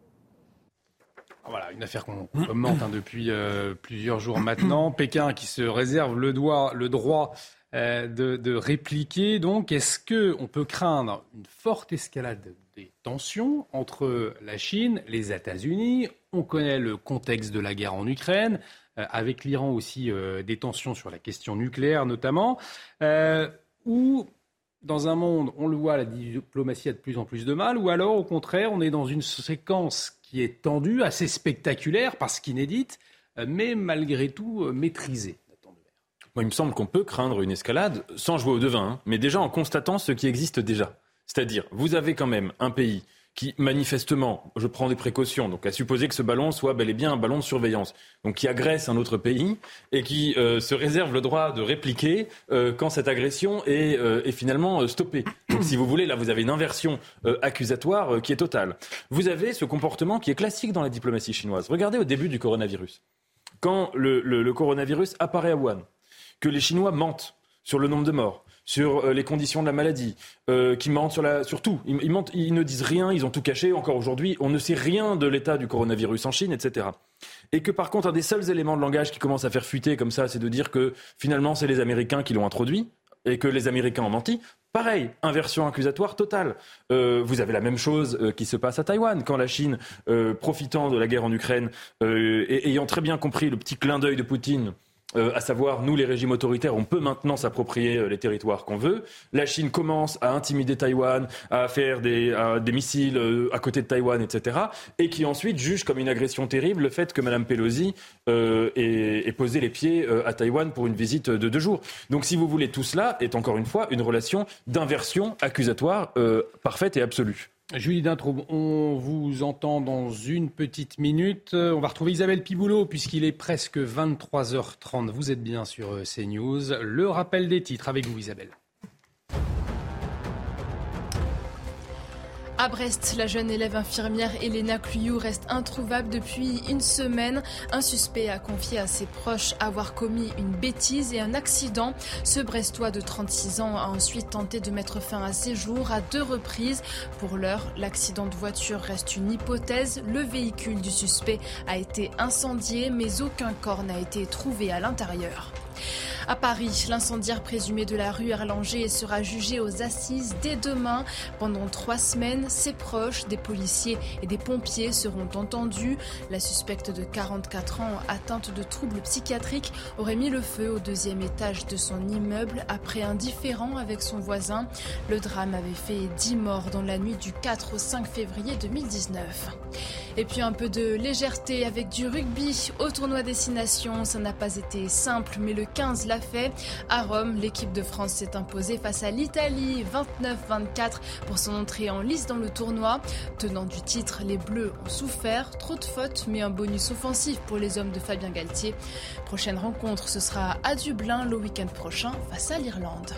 Voilà, une affaire qu'on commente hein, depuis euh, plusieurs jours maintenant. Pékin qui se réserve le, doigt, le droit euh, de, de répliquer. Donc, est-ce qu'on peut craindre une forte escalade des tensions entre la Chine, les États-Unis ? On connaît le contexte de la guerre en Ukraine, euh, avec l'Iran aussi euh, des tensions sur la question nucléaire notamment, euh, ou dans un monde, on le voit, la diplomatie a de plus en plus de mal, ou alors au contraire, on est dans une séquence qui est tendue, assez spectaculaire, parce qu'inédite, mais malgré tout maîtrisée. Moi, il me semble qu'on peut craindre une escalade sans jouer au devin, hein, mais déjà en constatant ce qui existe déjà. C'est-à-dire, vous avez quand même un pays qui, manifestement, je prends des précautions, donc à supposer que ce ballon soit bel et bien un ballon de surveillance, donc qui agresse un autre pays et qui euh, se réserve le droit de répliquer euh, quand cette agression est, euh, est finalement euh, stoppée. Donc si vous voulez, là vous avez une inversion euh, accusatoire euh, qui est totale. Vous avez ce comportement qui est classique dans la diplomatie chinoise. Regardez au début du coronavirus. Quand le, le, le coronavirus apparaît à Wuhan, que les Chinois mentent sur le nombre de morts, sur euh, les conditions de la maladie, euh, qui mentent sur, la, sur tout. Ils, ils, mentent, ils ne disent rien, ils ont tout caché. Encore aujourd'hui, on ne sait rien de l'état du coronavirus en Chine, et cetera. Et que par contre, un des seuls éléments de langage qui commence à faire fuiter comme ça, c'est de dire que finalement, c'est les Américains qui l'ont introduit et que les Américains ont menti. Pareil, inversion accusatoire totale. Euh, vous avez la même chose euh, qui se passe à Taïwan, quand la Chine, euh, profitant de la guerre en Ukraine, euh, et ayant très bien compris le petit clin d'œil de Poutine, Euh, à savoir, nous, les régimes autoritaires, on peut maintenant s'approprier euh, les territoires qu'on veut. La Chine commence à intimider Taïwan, à faire des, à, des missiles euh, à côté de Taïwan, et cetera. Et qui ensuite juge comme une agression terrible le fait que Mme Pelosi euh, ait, ait posé les pieds euh, à Taïwan pour une visite de deux jours. Donc, si vous voulez, tout cela est encore une fois une relation d'inversion accusatoire euh, parfaite et absolue. Julie Dintraube, on vous entend dans une petite minute. On va retrouver Isabelle Piboulot puisqu'il est presque vingt-trois heures trente. Vous êtes bien sur CNews. Le rappel des titres avec vous, Isabelle. À Brest, la jeune élève infirmière Elena Cluyou reste introuvable depuis une semaine. Un suspect a confié à ses proches avoir commis une bêtise et un accident. Ce Brestois de trente-six ans a ensuite tenté de mettre fin à ses jours à deux reprises. Pour l'heure, l'accident de voiture reste une hypothèse. Le véhicule du suspect a été incendié, mais aucun corps n'a été trouvé à l'intérieur. À Paris, l'incendiaire présumé de la rue Erlanger sera jugé aux assises dès demain. Pendant trois semaines, ses proches, des policiers et des pompiers seront entendus. La suspecte de quarante-quatre ans, atteinte de troubles psychiatriques, aurait mis le feu au deuxième étage de son immeuble après un différend avec son voisin. Le drame avait fait dix morts dans la nuit du quatre au cinq février deux mille dix-neuf. Et puis un peu de légèreté avec du rugby au tournoi Destination. Ça n'a pas été simple, mais le quinze l'a fait. À Rome, l'équipe de France s'est imposée face à l'Italie, vingt-neuf vingt-quatre pour son entrée en lice dans le tournoi. Tenant du titre, les Bleus ont souffert. Trop de fautes, mais un bonus offensif pour les hommes de Fabien Galtier. Prochaine rencontre, ce sera à Dublin le week-end prochain face à l'Irlande.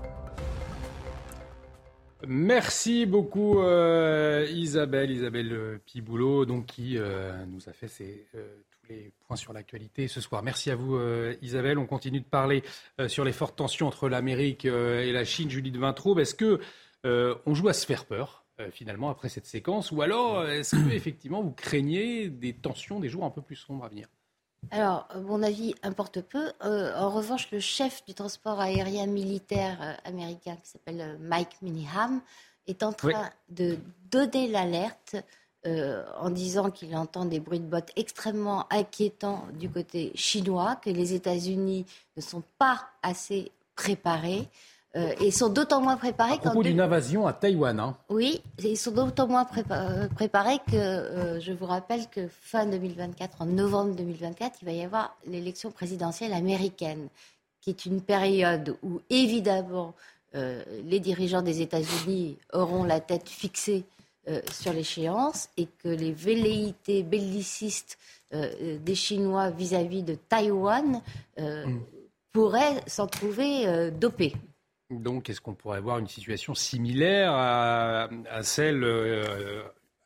Merci beaucoup euh, Isabelle, Isabelle Piboulot, donc qui euh, nous a fait ses, euh, tous les points sur l'actualité ce soir. Merci à vous euh, Isabelle. On continue de parler euh, sur les fortes tensions entre l'Amérique euh, et la Chine. Judith Vintraube, est-ce que euh, on joue à se faire peur euh, finalement après cette séquence, ou alors est-ce que effectivement vous craignez des tensions, des jours un peu plus sombres à venir ? Alors, mon avis importe peu. Euh, en revanche, le chef du transport aérien militaire euh, américain, qui s'appelle euh, Mike Miniham, est en train oui. de donner l'alerte euh, en disant qu'il entend des bruits de bottes extrêmement inquiétants du côté chinois, que les États-Unis ne sont pas assez préparés. Euh, et sont d'autant moins préparés... À propos d'une deux... invasion à Taïwan. Hein. Oui, ils sont d'autant moins prépa- préparés que, euh, je vous rappelle que fin deux mille vingt-quatre, en novembre deux mille vingt-quatre, il va y avoir l'élection présidentielle américaine, qui est une période où, évidemment, euh, les dirigeants des États-Unis auront la tête fixée euh, sur l'échéance et que les velléités bellicistes euh, des Chinois vis-à-vis de Taïwan euh, mm. pourraient s'en trouver euh, dopés. Donc, est-ce qu'on pourrait avoir une situation similaire à, à celle euh,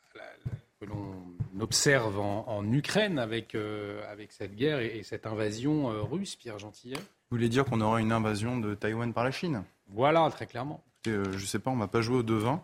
que l'on observe en, en Ukraine avec, euh, avec cette guerre et, et cette invasion euh, russe, Pierre Gentillet ? Vous voulez dire qu'on aura une invasion de Taïwan par la Chine ? Voilà, très clairement. Et, euh, je ne sais pas, on ne m'a pas joué au devin.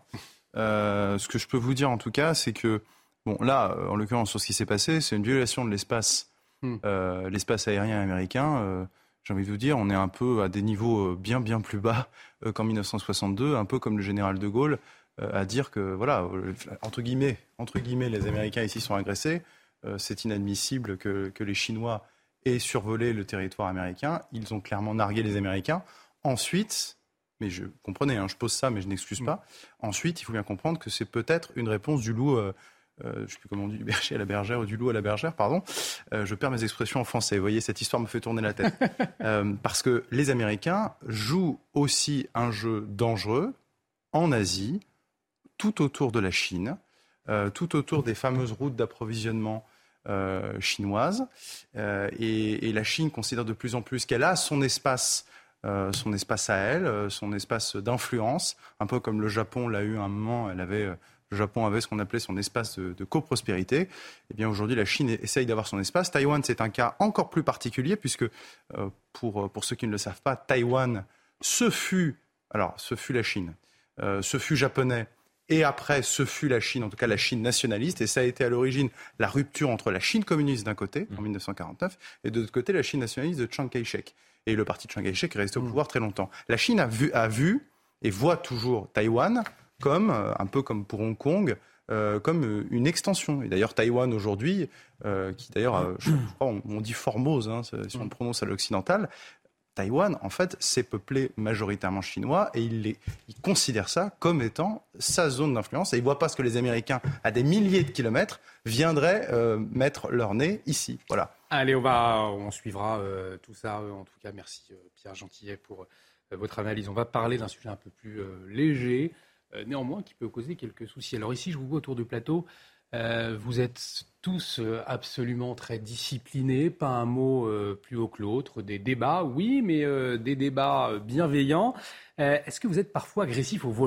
Euh, ce que je peux vous dire en tout cas, c'est que, bon, là, en l'occurrence, sur ce qui s'est passé, c'est une violation de l'espace, hmm. euh, l'espace aérien américain. Euh, J'ai envie de vous dire, on est un peu à des niveaux bien, bien plus bas qu'en dix-neuf cent soixante-deux, un peu comme le général de Gaulle, à dire que, voilà, entre guillemets, entre guillemets les Américains ici sont agressés. C'est inadmissible que, que les Chinois aient survolé le territoire américain. Ils ont clairement nargué les Américains. Ensuite, mais je comprenez, hein, je pose ça, mais je n'excuse pas. Ensuite, il faut bien comprendre que c'est peut-être une réponse du loup... Euh, Euh, je ne sais plus comment on dit, du berger à la bergère ou du loup à la bergère, pardon. Euh, je perds mes expressions en français. Vous voyez, cette histoire me fait tourner la tête. euh, parce que les Américains jouent aussi un jeu dangereux en Asie, tout autour de la Chine, euh, tout autour des fameuses routes d'approvisionnement euh, chinoises. Euh, et, et la Chine considère de plus en plus qu'elle a son espace, euh, son espace à elle, son espace d'influence, un peu comme le Japon l'a eu à un moment. Elle avait... Euh, Le Japon avait ce qu'on appelait son espace de, de coprospérité. Eh bien, aujourd'hui, la Chine essaye d'avoir son espace. Taïwan, c'est un cas encore plus particulier puisque, euh, pour, pour ceux qui ne le savent pas, Taïwan, ce fut, alors, ce fut la Chine, euh, ce fut japonais, et après, ce fut la Chine, en tout cas la Chine nationaliste, et ça a été à l'origine la rupture entre la Chine communiste d'un côté, en dix-neuf cent quarante-neuf, et de l'autre côté, la Chine nationaliste de Chiang Kai-shek. Et le parti de Chiang Kai-shek est resté au pouvoir très longtemps. La Chine a vu, a vu et voit toujours Taïwan comme, un peu comme pour Hong Kong, euh, comme une extension. Et d'ailleurs, Taïwan aujourd'hui, euh, qui d'ailleurs, euh, je, je crois, on, on dit Formose, hein, si on le prononce à l'occidental, Taïwan, en fait, c'est peuplé majoritairement chinois et il, les, il considère ça comme étant sa zone d'influence. Et il ne voit pas ce que les Américains, à des milliers de kilomètres, viendraient euh, mettre leur nez ici. Voilà. Allez, on, va, on suivra euh, tout ça. En tout cas, merci euh, Pierre Gentillet pour euh, votre analyse. On va parler d'un sujet un peu plus euh, léger, euh, néanmoins qui peut causer quelques soucis. Alors ici, je vous vois autour du plateau. Euh, vous êtes tous euh, absolument très disciplinés, pas un mot euh, plus haut que l'autre. Des débats, oui, mais euh, des débats euh, bienveillants. Euh, est-ce que vous êtes parfois agressif au volant ?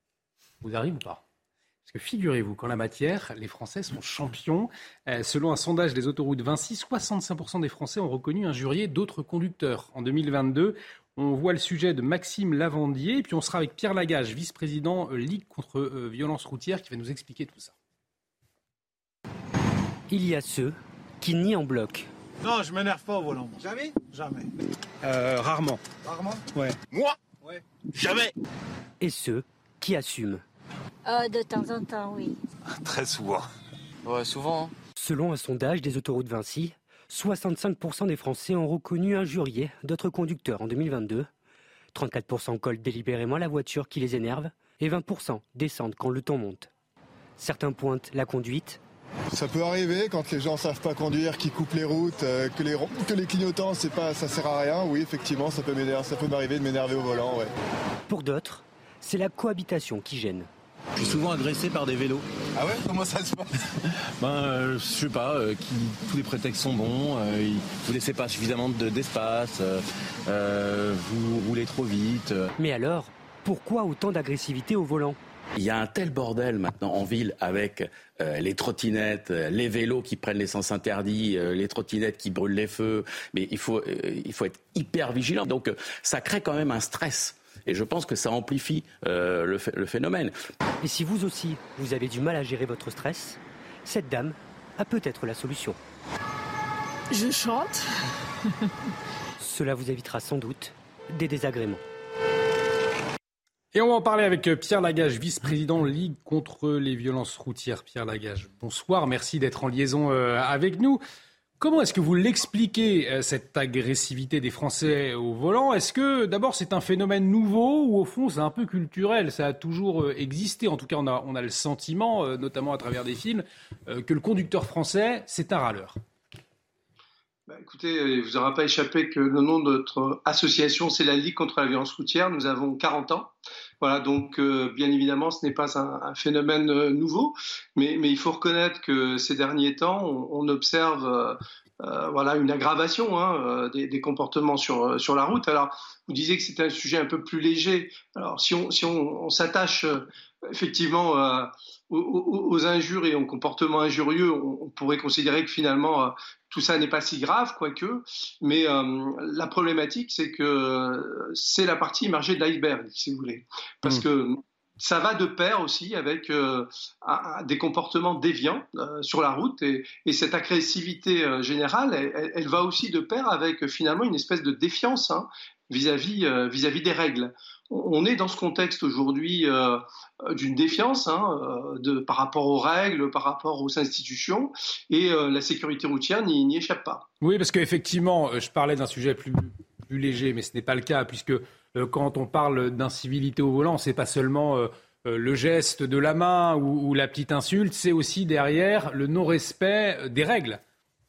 Vous arrivez ou pas ? Parce que figurez-vous qu'en la matière, les Français sont champions. Euh, selon un sondage des autoroutes Vinci, soixante-cinq pour cent des Français ont reconnu injurier d'autres conducteurs. En deux mille vingt-deux, on voit le sujet de Maxime Lavandier. Et puis on sera avec Pierre Lagage, vice-président euh, Ligue contre euh, violence routière, qui va nous expliquer tout ça. Il y a ceux qui nient en bloc Non, je m'énerve pas au volant. Jamais? Jamais. Euh, rarement. Rarement? Ouais. Moi? Ouais. Jamais. Et ceux qui assument. Euh, de temps en temps, oui. Très souvent. Ouais, souvent. Hein. Selon un sondage des autoroutes Vinci, soixante-cinq pour cent des Français ont reconnu injurier d'autres conducteurs en deux mille vingt-deux. trente-quatre pour cent collent délibérément la voiture qui les énerve et vingt pour cent descendent quand le ton monte. Certains pointent la conduite. Ça peut arriver quand les gens savent pas conduire, qu'ils coupent les routes, euh, que, les, que les clignotants, c'est pas, ça sert à rien. Oui, effectivement, ça peut m'énerver, ça peut m'arriver de m'énerver au volant, ouais. Pour d'autres, c'est la cohabitation qui gêne. Je suis souvent agressé par des vélos. Ah ouais? Comment ça se passe? Ben, euh, je sais pas, euh, qui, tous les prétextes sont bons, euh, ils, vous laissez pas suffisamment de, d'espace, euh, euh, vous roulez trop vite. Mais alors, pourquoi autant d'agressivité au volant? Il y a un tel bordel maintenant en ville avec euh, les trottinettes, euh, les vélos qui prennent l'essence interdit, euh, les trottinettes qui brûlent les feux. Mais il faut, euh, il faut être hyper vigilant. Donc euh, ça crée quand même un stress. Et je pense que ça amplifie euh, le, le phénomène. Et si vous aussi, vous avez du mal à gérer votre stress, cette dame a peut-être la solution. Je chante. Cela vous évitera sans doute des désagréments. Et on va en parler avec Pierre Lagage, vice-président Ligue contre les violences routières. Pierre Lagage, bonsoir, merci d'être en liaison avec nous. Comment est-ce que vous l'expliquez, cette agressivité des Français au volant? Est-ce que d'abord c'est un phénomène nouveau ou au fond c'est un peu culturel? Ça a toujours existé, en tout cas on a, on a le sentiment, notamment à travers des films, que le conducteur français c'est un râleur. Bah, écoutez, il ne vous aura pas échappé que le nom de notre association, c'est la Ligue contre la violence routière. Nous avons quarante ans. Voilà, donc euh, bien évidemment, ce n'est pas un, un phénomène euh, nouveau, mais, mais il faut reconnaître que ces derniers temps, on, on observe euh, euh, voilà, une aggravation hein, euh, des, des comportements sur, sur la route. Alors, vous disiez que c'était un sujet un peu plus léger. Alors, si on, si on, on s'attache euh, effectivement euh, aux, aux, aux injures et aux comportements injurieux, on, on pourrait considérer que finalement, euh, tout ça n'est pas si grave, quoique, mais euh, la problématique, c'est que c'est la partie immergée de l'iceberg, si vous voulez. Parce mmh. que ça va de pair aussi avec euh, un, des comportements déviants euh, sur la route, et, et cette agressivité euh, générale, elle, elle va aussi de pair avec finalement une espèce de défiance hein, vis-à-vis, euh, vis-à-vis des règles. On est dans ce contexte aujourd'hui euh, d'une défiance hein, de, par rapport aux règles, par rapport aux institutions, et euh, la sécurité routière n'y, n'y échappe pas. Oui, parce qu'effectivement, je parlais d'un sujet plus, plus léger, mais ce n'est pas le cas, puisque euh, quand on parle d'incivilité au volant, c'est pas seulement euh, le geste de la main ou, ou la petite insulte, c'est aussi derrière le non-respect des règles.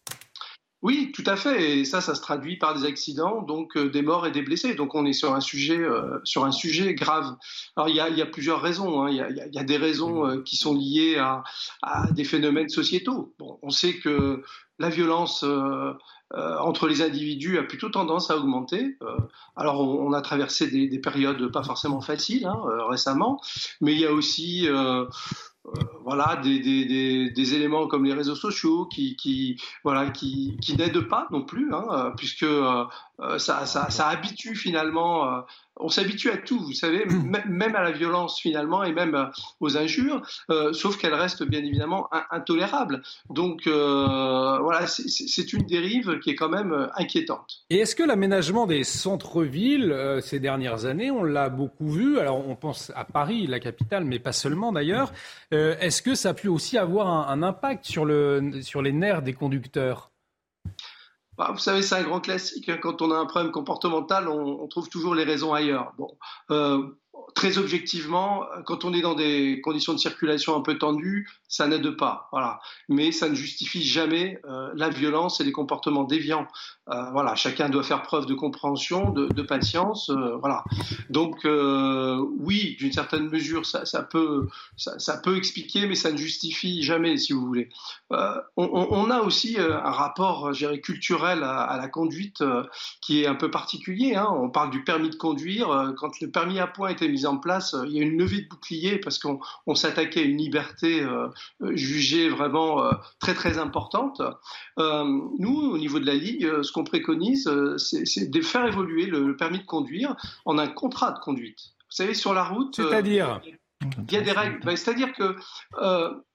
Oui, tout à fait. Et ça, ça se traduit par des accidents, donc euh, des morts et des blessés. Donc on est sur un sujet, euh, sur un sujet grave. Alors il y a, il y a plusieurs raisons. Hein. Il y a, il y a des raisons euh, qui sont liées à, à des phénomènes sociétaux. Bon, on sait que la violence euh, euh, entre les individus a plutôt tendance à augmenter. Euh, alors on, on a traversé des, des périodes pas forcément faciles hein, euh, récemment, mais il y a aussi euh, Euh, voilà, des, des, des, des éléments comme les réseaux sociaux qui, qui, voilà, qui, qui n'aident pas non plus, hein, puisque euh, ça, ça, ça habitue finalement, euh, on s'habitue à tout, vous savez, m- même à la violence finalement et même aux injures, euh, sauf qu'elle reste bien évidemment in- intolérable. Donc euh, voilà, c'est, c'est une dérive qui est quand même inquiétante. Et est-ce que l'aménagement des centres-villes euh, ces dernières années, on l'a beaucoup vu, alors on pense à Paris, la capitale, mais pas seulement d'ailleurs, euh, est-ce que ça a pu aussi avoir un, un impact sur, le, sur les nerfs des conducteurs ? Bah, vous savez, c'est un grand classique. Hein. Quand on a un problème comportemental, on, on trouve toujours les raisons ailleurs. Bon, euh, très objectivement, quand on est dans des conditions de circulation un peu tendues, ça n'aide pas. Voilà. Mais ça ne justifie jamais euh, la violence et les comportements déviants. Euh, voilà. Chacun doit faire preuve de compréhension, de, de patience. Euh, voilà. Donc, euh, oui, d'une certaine mesure, ça, ça, peut, ça, ça peut expliquer, mais ça ne justifie jamais, si vous voulez. Euh, on, on a aussi euh, un rapport, je dirais, culturel à, à la conduite euh, qui est un peu particulier. Hein. On parle du permis de conduire. Euh, quand le permis à points était mis en place, euh, il y a une levée de bouclier parce qu'on on s'attaquait à une liberté euh, jugée vraiment euh, très très importante. Euh, nous, au niveau de la Ligue, euh, ce qu'on préconise, euh, c'est, c'est de faire évoluer le, le permis de conduire en un contrat de conduite. Vous savez, sur la route... C'est-à-dire euh, il y a des règles. Ben, c'est-à-dire que euh,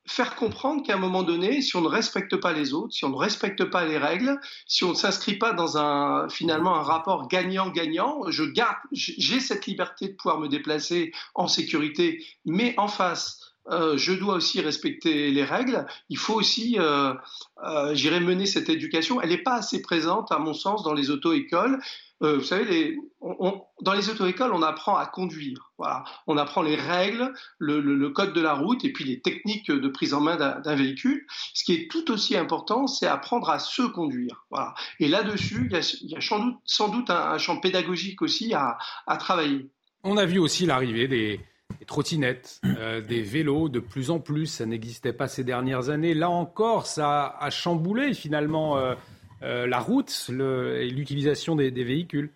faire comprendre qu'à un moment donné, si on ne respecte pas les autres, si on ne respecte pas les règles, si on ne s'inscrit pas dans un, finalement, un rapport gagnant-gagnant, je garde, j'ai cette liberté de pouvoir me déplacer en sécurité, mais en face, euh, je dois aussi respecter les règles. Il faut aussi, euh, euh, j'irai mener cette éducation. Elle n'est pas assez présente, à mon sens, dans les auto-écoles. Euh, vous savez, les, on, on, dans les auto-écoles, on apprend à conduire. Voilà. On apprend les règles, le, le, le code de la route et puis les techniques de prise en main d'un, d'un véhicule. Ce qui est tout aussi important, c'est apprendre à se conduire. Voilà. Et là-dessus, il y a, il y a sans doute, sans doute un, un champ pédagogique aussi à, à travailler. On a vu aussi l'arrivée des, des trottinettes, euh, des vélos, de plus en plus. Ça n'existait pas ces dernières années. Là encore, ça a chamboulé finalement euh, euh, la route le, et l'utilisation des, des véhicules.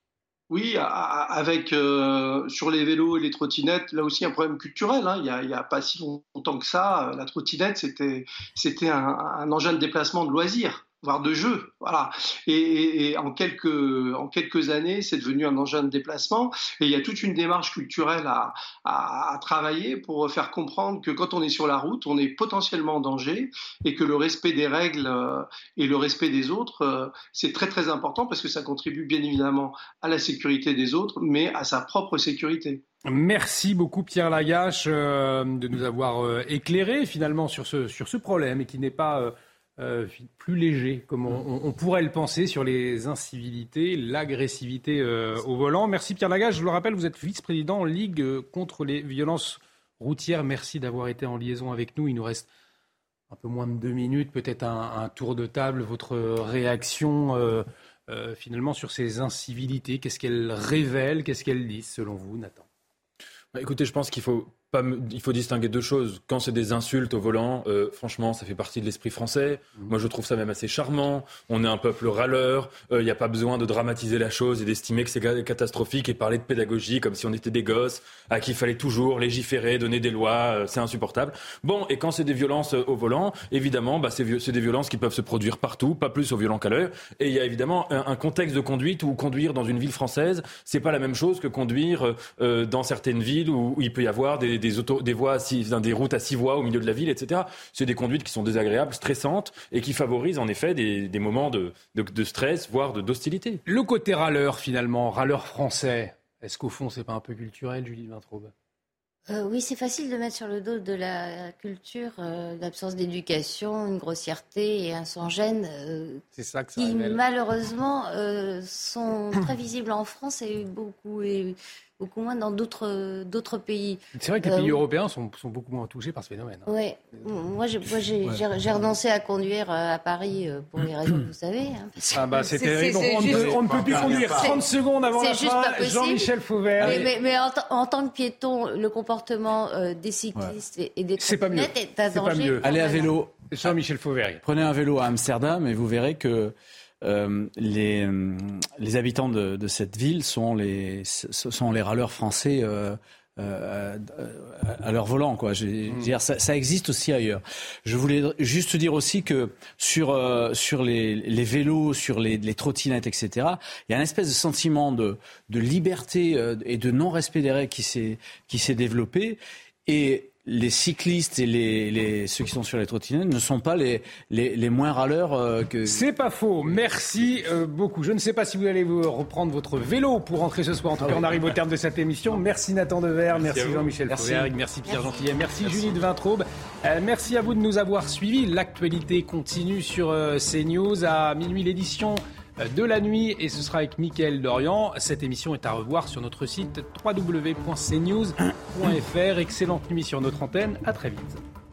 Oui, avec euh, sur les vélos et les trottinettes, là aussi un problème culturel. Hein. Il y a, il y a pas si longtemps que ça, la trottinette c'était c'était un, un engin de déplacement de loisir, voire de jeu, voilà. Et, et, et en quelques en quelques années, c'est devenu un engin de déplacement. Et il y a toute une démarche culturelle à, à, à travailler pour faire comprendre que quand on est sur la route, on est potentiellement en danger et que le respect des règles euh, et le respect des autres, euh, c'est très très important parce que ça contribue bien évidemment à la sécurité des autres, mais à sa propre sécurité. Merci beaucoup Pierre Lagache euh, de nous avoir euh, éclairé finalement sur ce sur ce problème et qui n'est pas euh, Euh, plus léger, comme on, on pourrait le penser, sur les incivilités, l'agressivité euh, au volant. Merci Pierre Lagache. Je le rappelle, vous êtes vice-président en Ligue contre les violences routières. Merci d'avoir été en liaison avec nous. Il nous reste un peu moins de deux minutes, peut-être un, un tour de table. Votre réaction euh, euh, finalement sur ces incivilités, qu'est-ce qu'elles révèlent, qu'est-ce qu'elles disent selon vous, Nathan ? Bah, écoutez, je pense qu'il faut Pas, il faut distinguer deux choses. Quand c'est des insultes au volant, euh, franchement, ça fait partie de l'esprit français. Mmh. Moi, je trouve ça même assez charmant. On est un peuple râleur. Il euh, n'y a pas besoin de dramatiser la chose et d'estimer que c'est catastrophique et parler de pédagogie comme si on était des gosses à qui il fallait toujours légiférer, donner des lois. Euh, c'est insupportable. Bon, et quand c'est des violences euh, au volant, évidemment, bah, c'est, c'est des violences qui peuvent se produire partout, pas plus au violent qu'à l'heure. Et il y a évidemment un, un contexte de conduite où conduire dans une ville française, c'est pas la même chose que conduire euh, dans certaines villes où, où il peut y avoir des Des, auto, des, voies à six, des routes à six voies au milieu de la ville, et cetera. C'est des conduites qui sont désagréables, stressantes et qui favorisent en effet des, des moments de, de, de stress, voire de, d'hostilité. Le côté râleur finalement, râleur français, est-ce qu'au fond c'est pas un peu culturel, Julie Vintraube ? Euh, oui, c'est facile de mettre sur le dos de la culture euh, l'absence d'éducation, une grossièreté et un sans-gêne euh, c'est ça que ça qui révèle. Malheureusement euh, sont très visibles en France et beaucoup, et beaucoup moins dans d'autres, d'autres pays. C'est vrai que les pays euh, européens sont, sont beaucoup moins touchés par ce phénomène. Hein. Oui, moi, j'ai, moi j'ai, ouais. j'ai, j'ai renoncé à conduire à Paris pour les raisons que vous savez. Hein, ah bah c'est, c'est terrible, c'est, c'est on, juste, on ne peut plus conduire trente secondes avant la fin. Jean-Michel Fauvert. Mais, mais, mais en, t- en tant que piéton, le comportement euh, des cyclistes ouais. et des trottinettes est un danger. Allez à vélo. Jean-Michel Fauvert. Prenez un vélo à Amsterdam et vous verrez que Euh, les, les habitants de, de cette ville sont les, sont les râleurs français euh, euh, à, à leur volant, quoi. Je, je veux dire, ça, ça existe aussi ailleurs. Je voulais juste dire aussi que sur, euh, sur les, les vélos, sur les, les trottinettes, et cetera, il y a un espèce de sentiment de, de liberté euh, et de non-respect des règles qui s'est, qui s'est développé. Et les cyclistes et les, les, ceux qui sont sur les trottinettes ne sont pas les, les, les moins râleurs euh, que... C'est pas faux. Merci euh, beaucoup. Je ne sais pas si vous allez vous reprendre votre vélo pour rentrer ce soir. En tout cas, on arrive au terme de cette émission. Merci Nathan Dever, merci, merci Jean-Michel Fauvert, merci Pierre merci. Gentillet, merci, merci Julie de Vintraube. Euh, merci à vous de nous avoir suivis. L'actualité continue sur euh, CNews à minuit l'édition de la nuit et ce sera avec Mickaël Dorian. Cette émission est à revoir sur notre site w w w point c news point f r. Excellente nuit sur notre antenne. À très vite.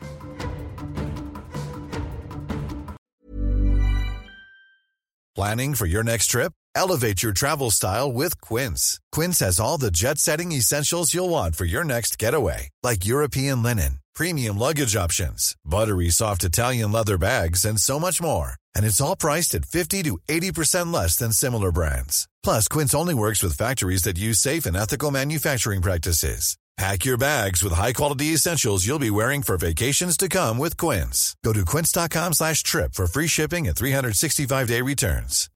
Planning for your next trip? Elevate your travel style with Quince. Quince has all the jet-setting essentials you'll want for your next getaway, like European linen, premium luggage options, buttery soft Italian leather bags, and so much more. And it's all priced at fifty to eighty percent less than similar brands. Plus, Quince only works with factories that use safe and ethical manufacturing practices. Pack your bags with high-quality essentials you'll be wearing for vacations to come with Quince. Go to quince dot com slash trip for free shipping and three sixty-five day returns.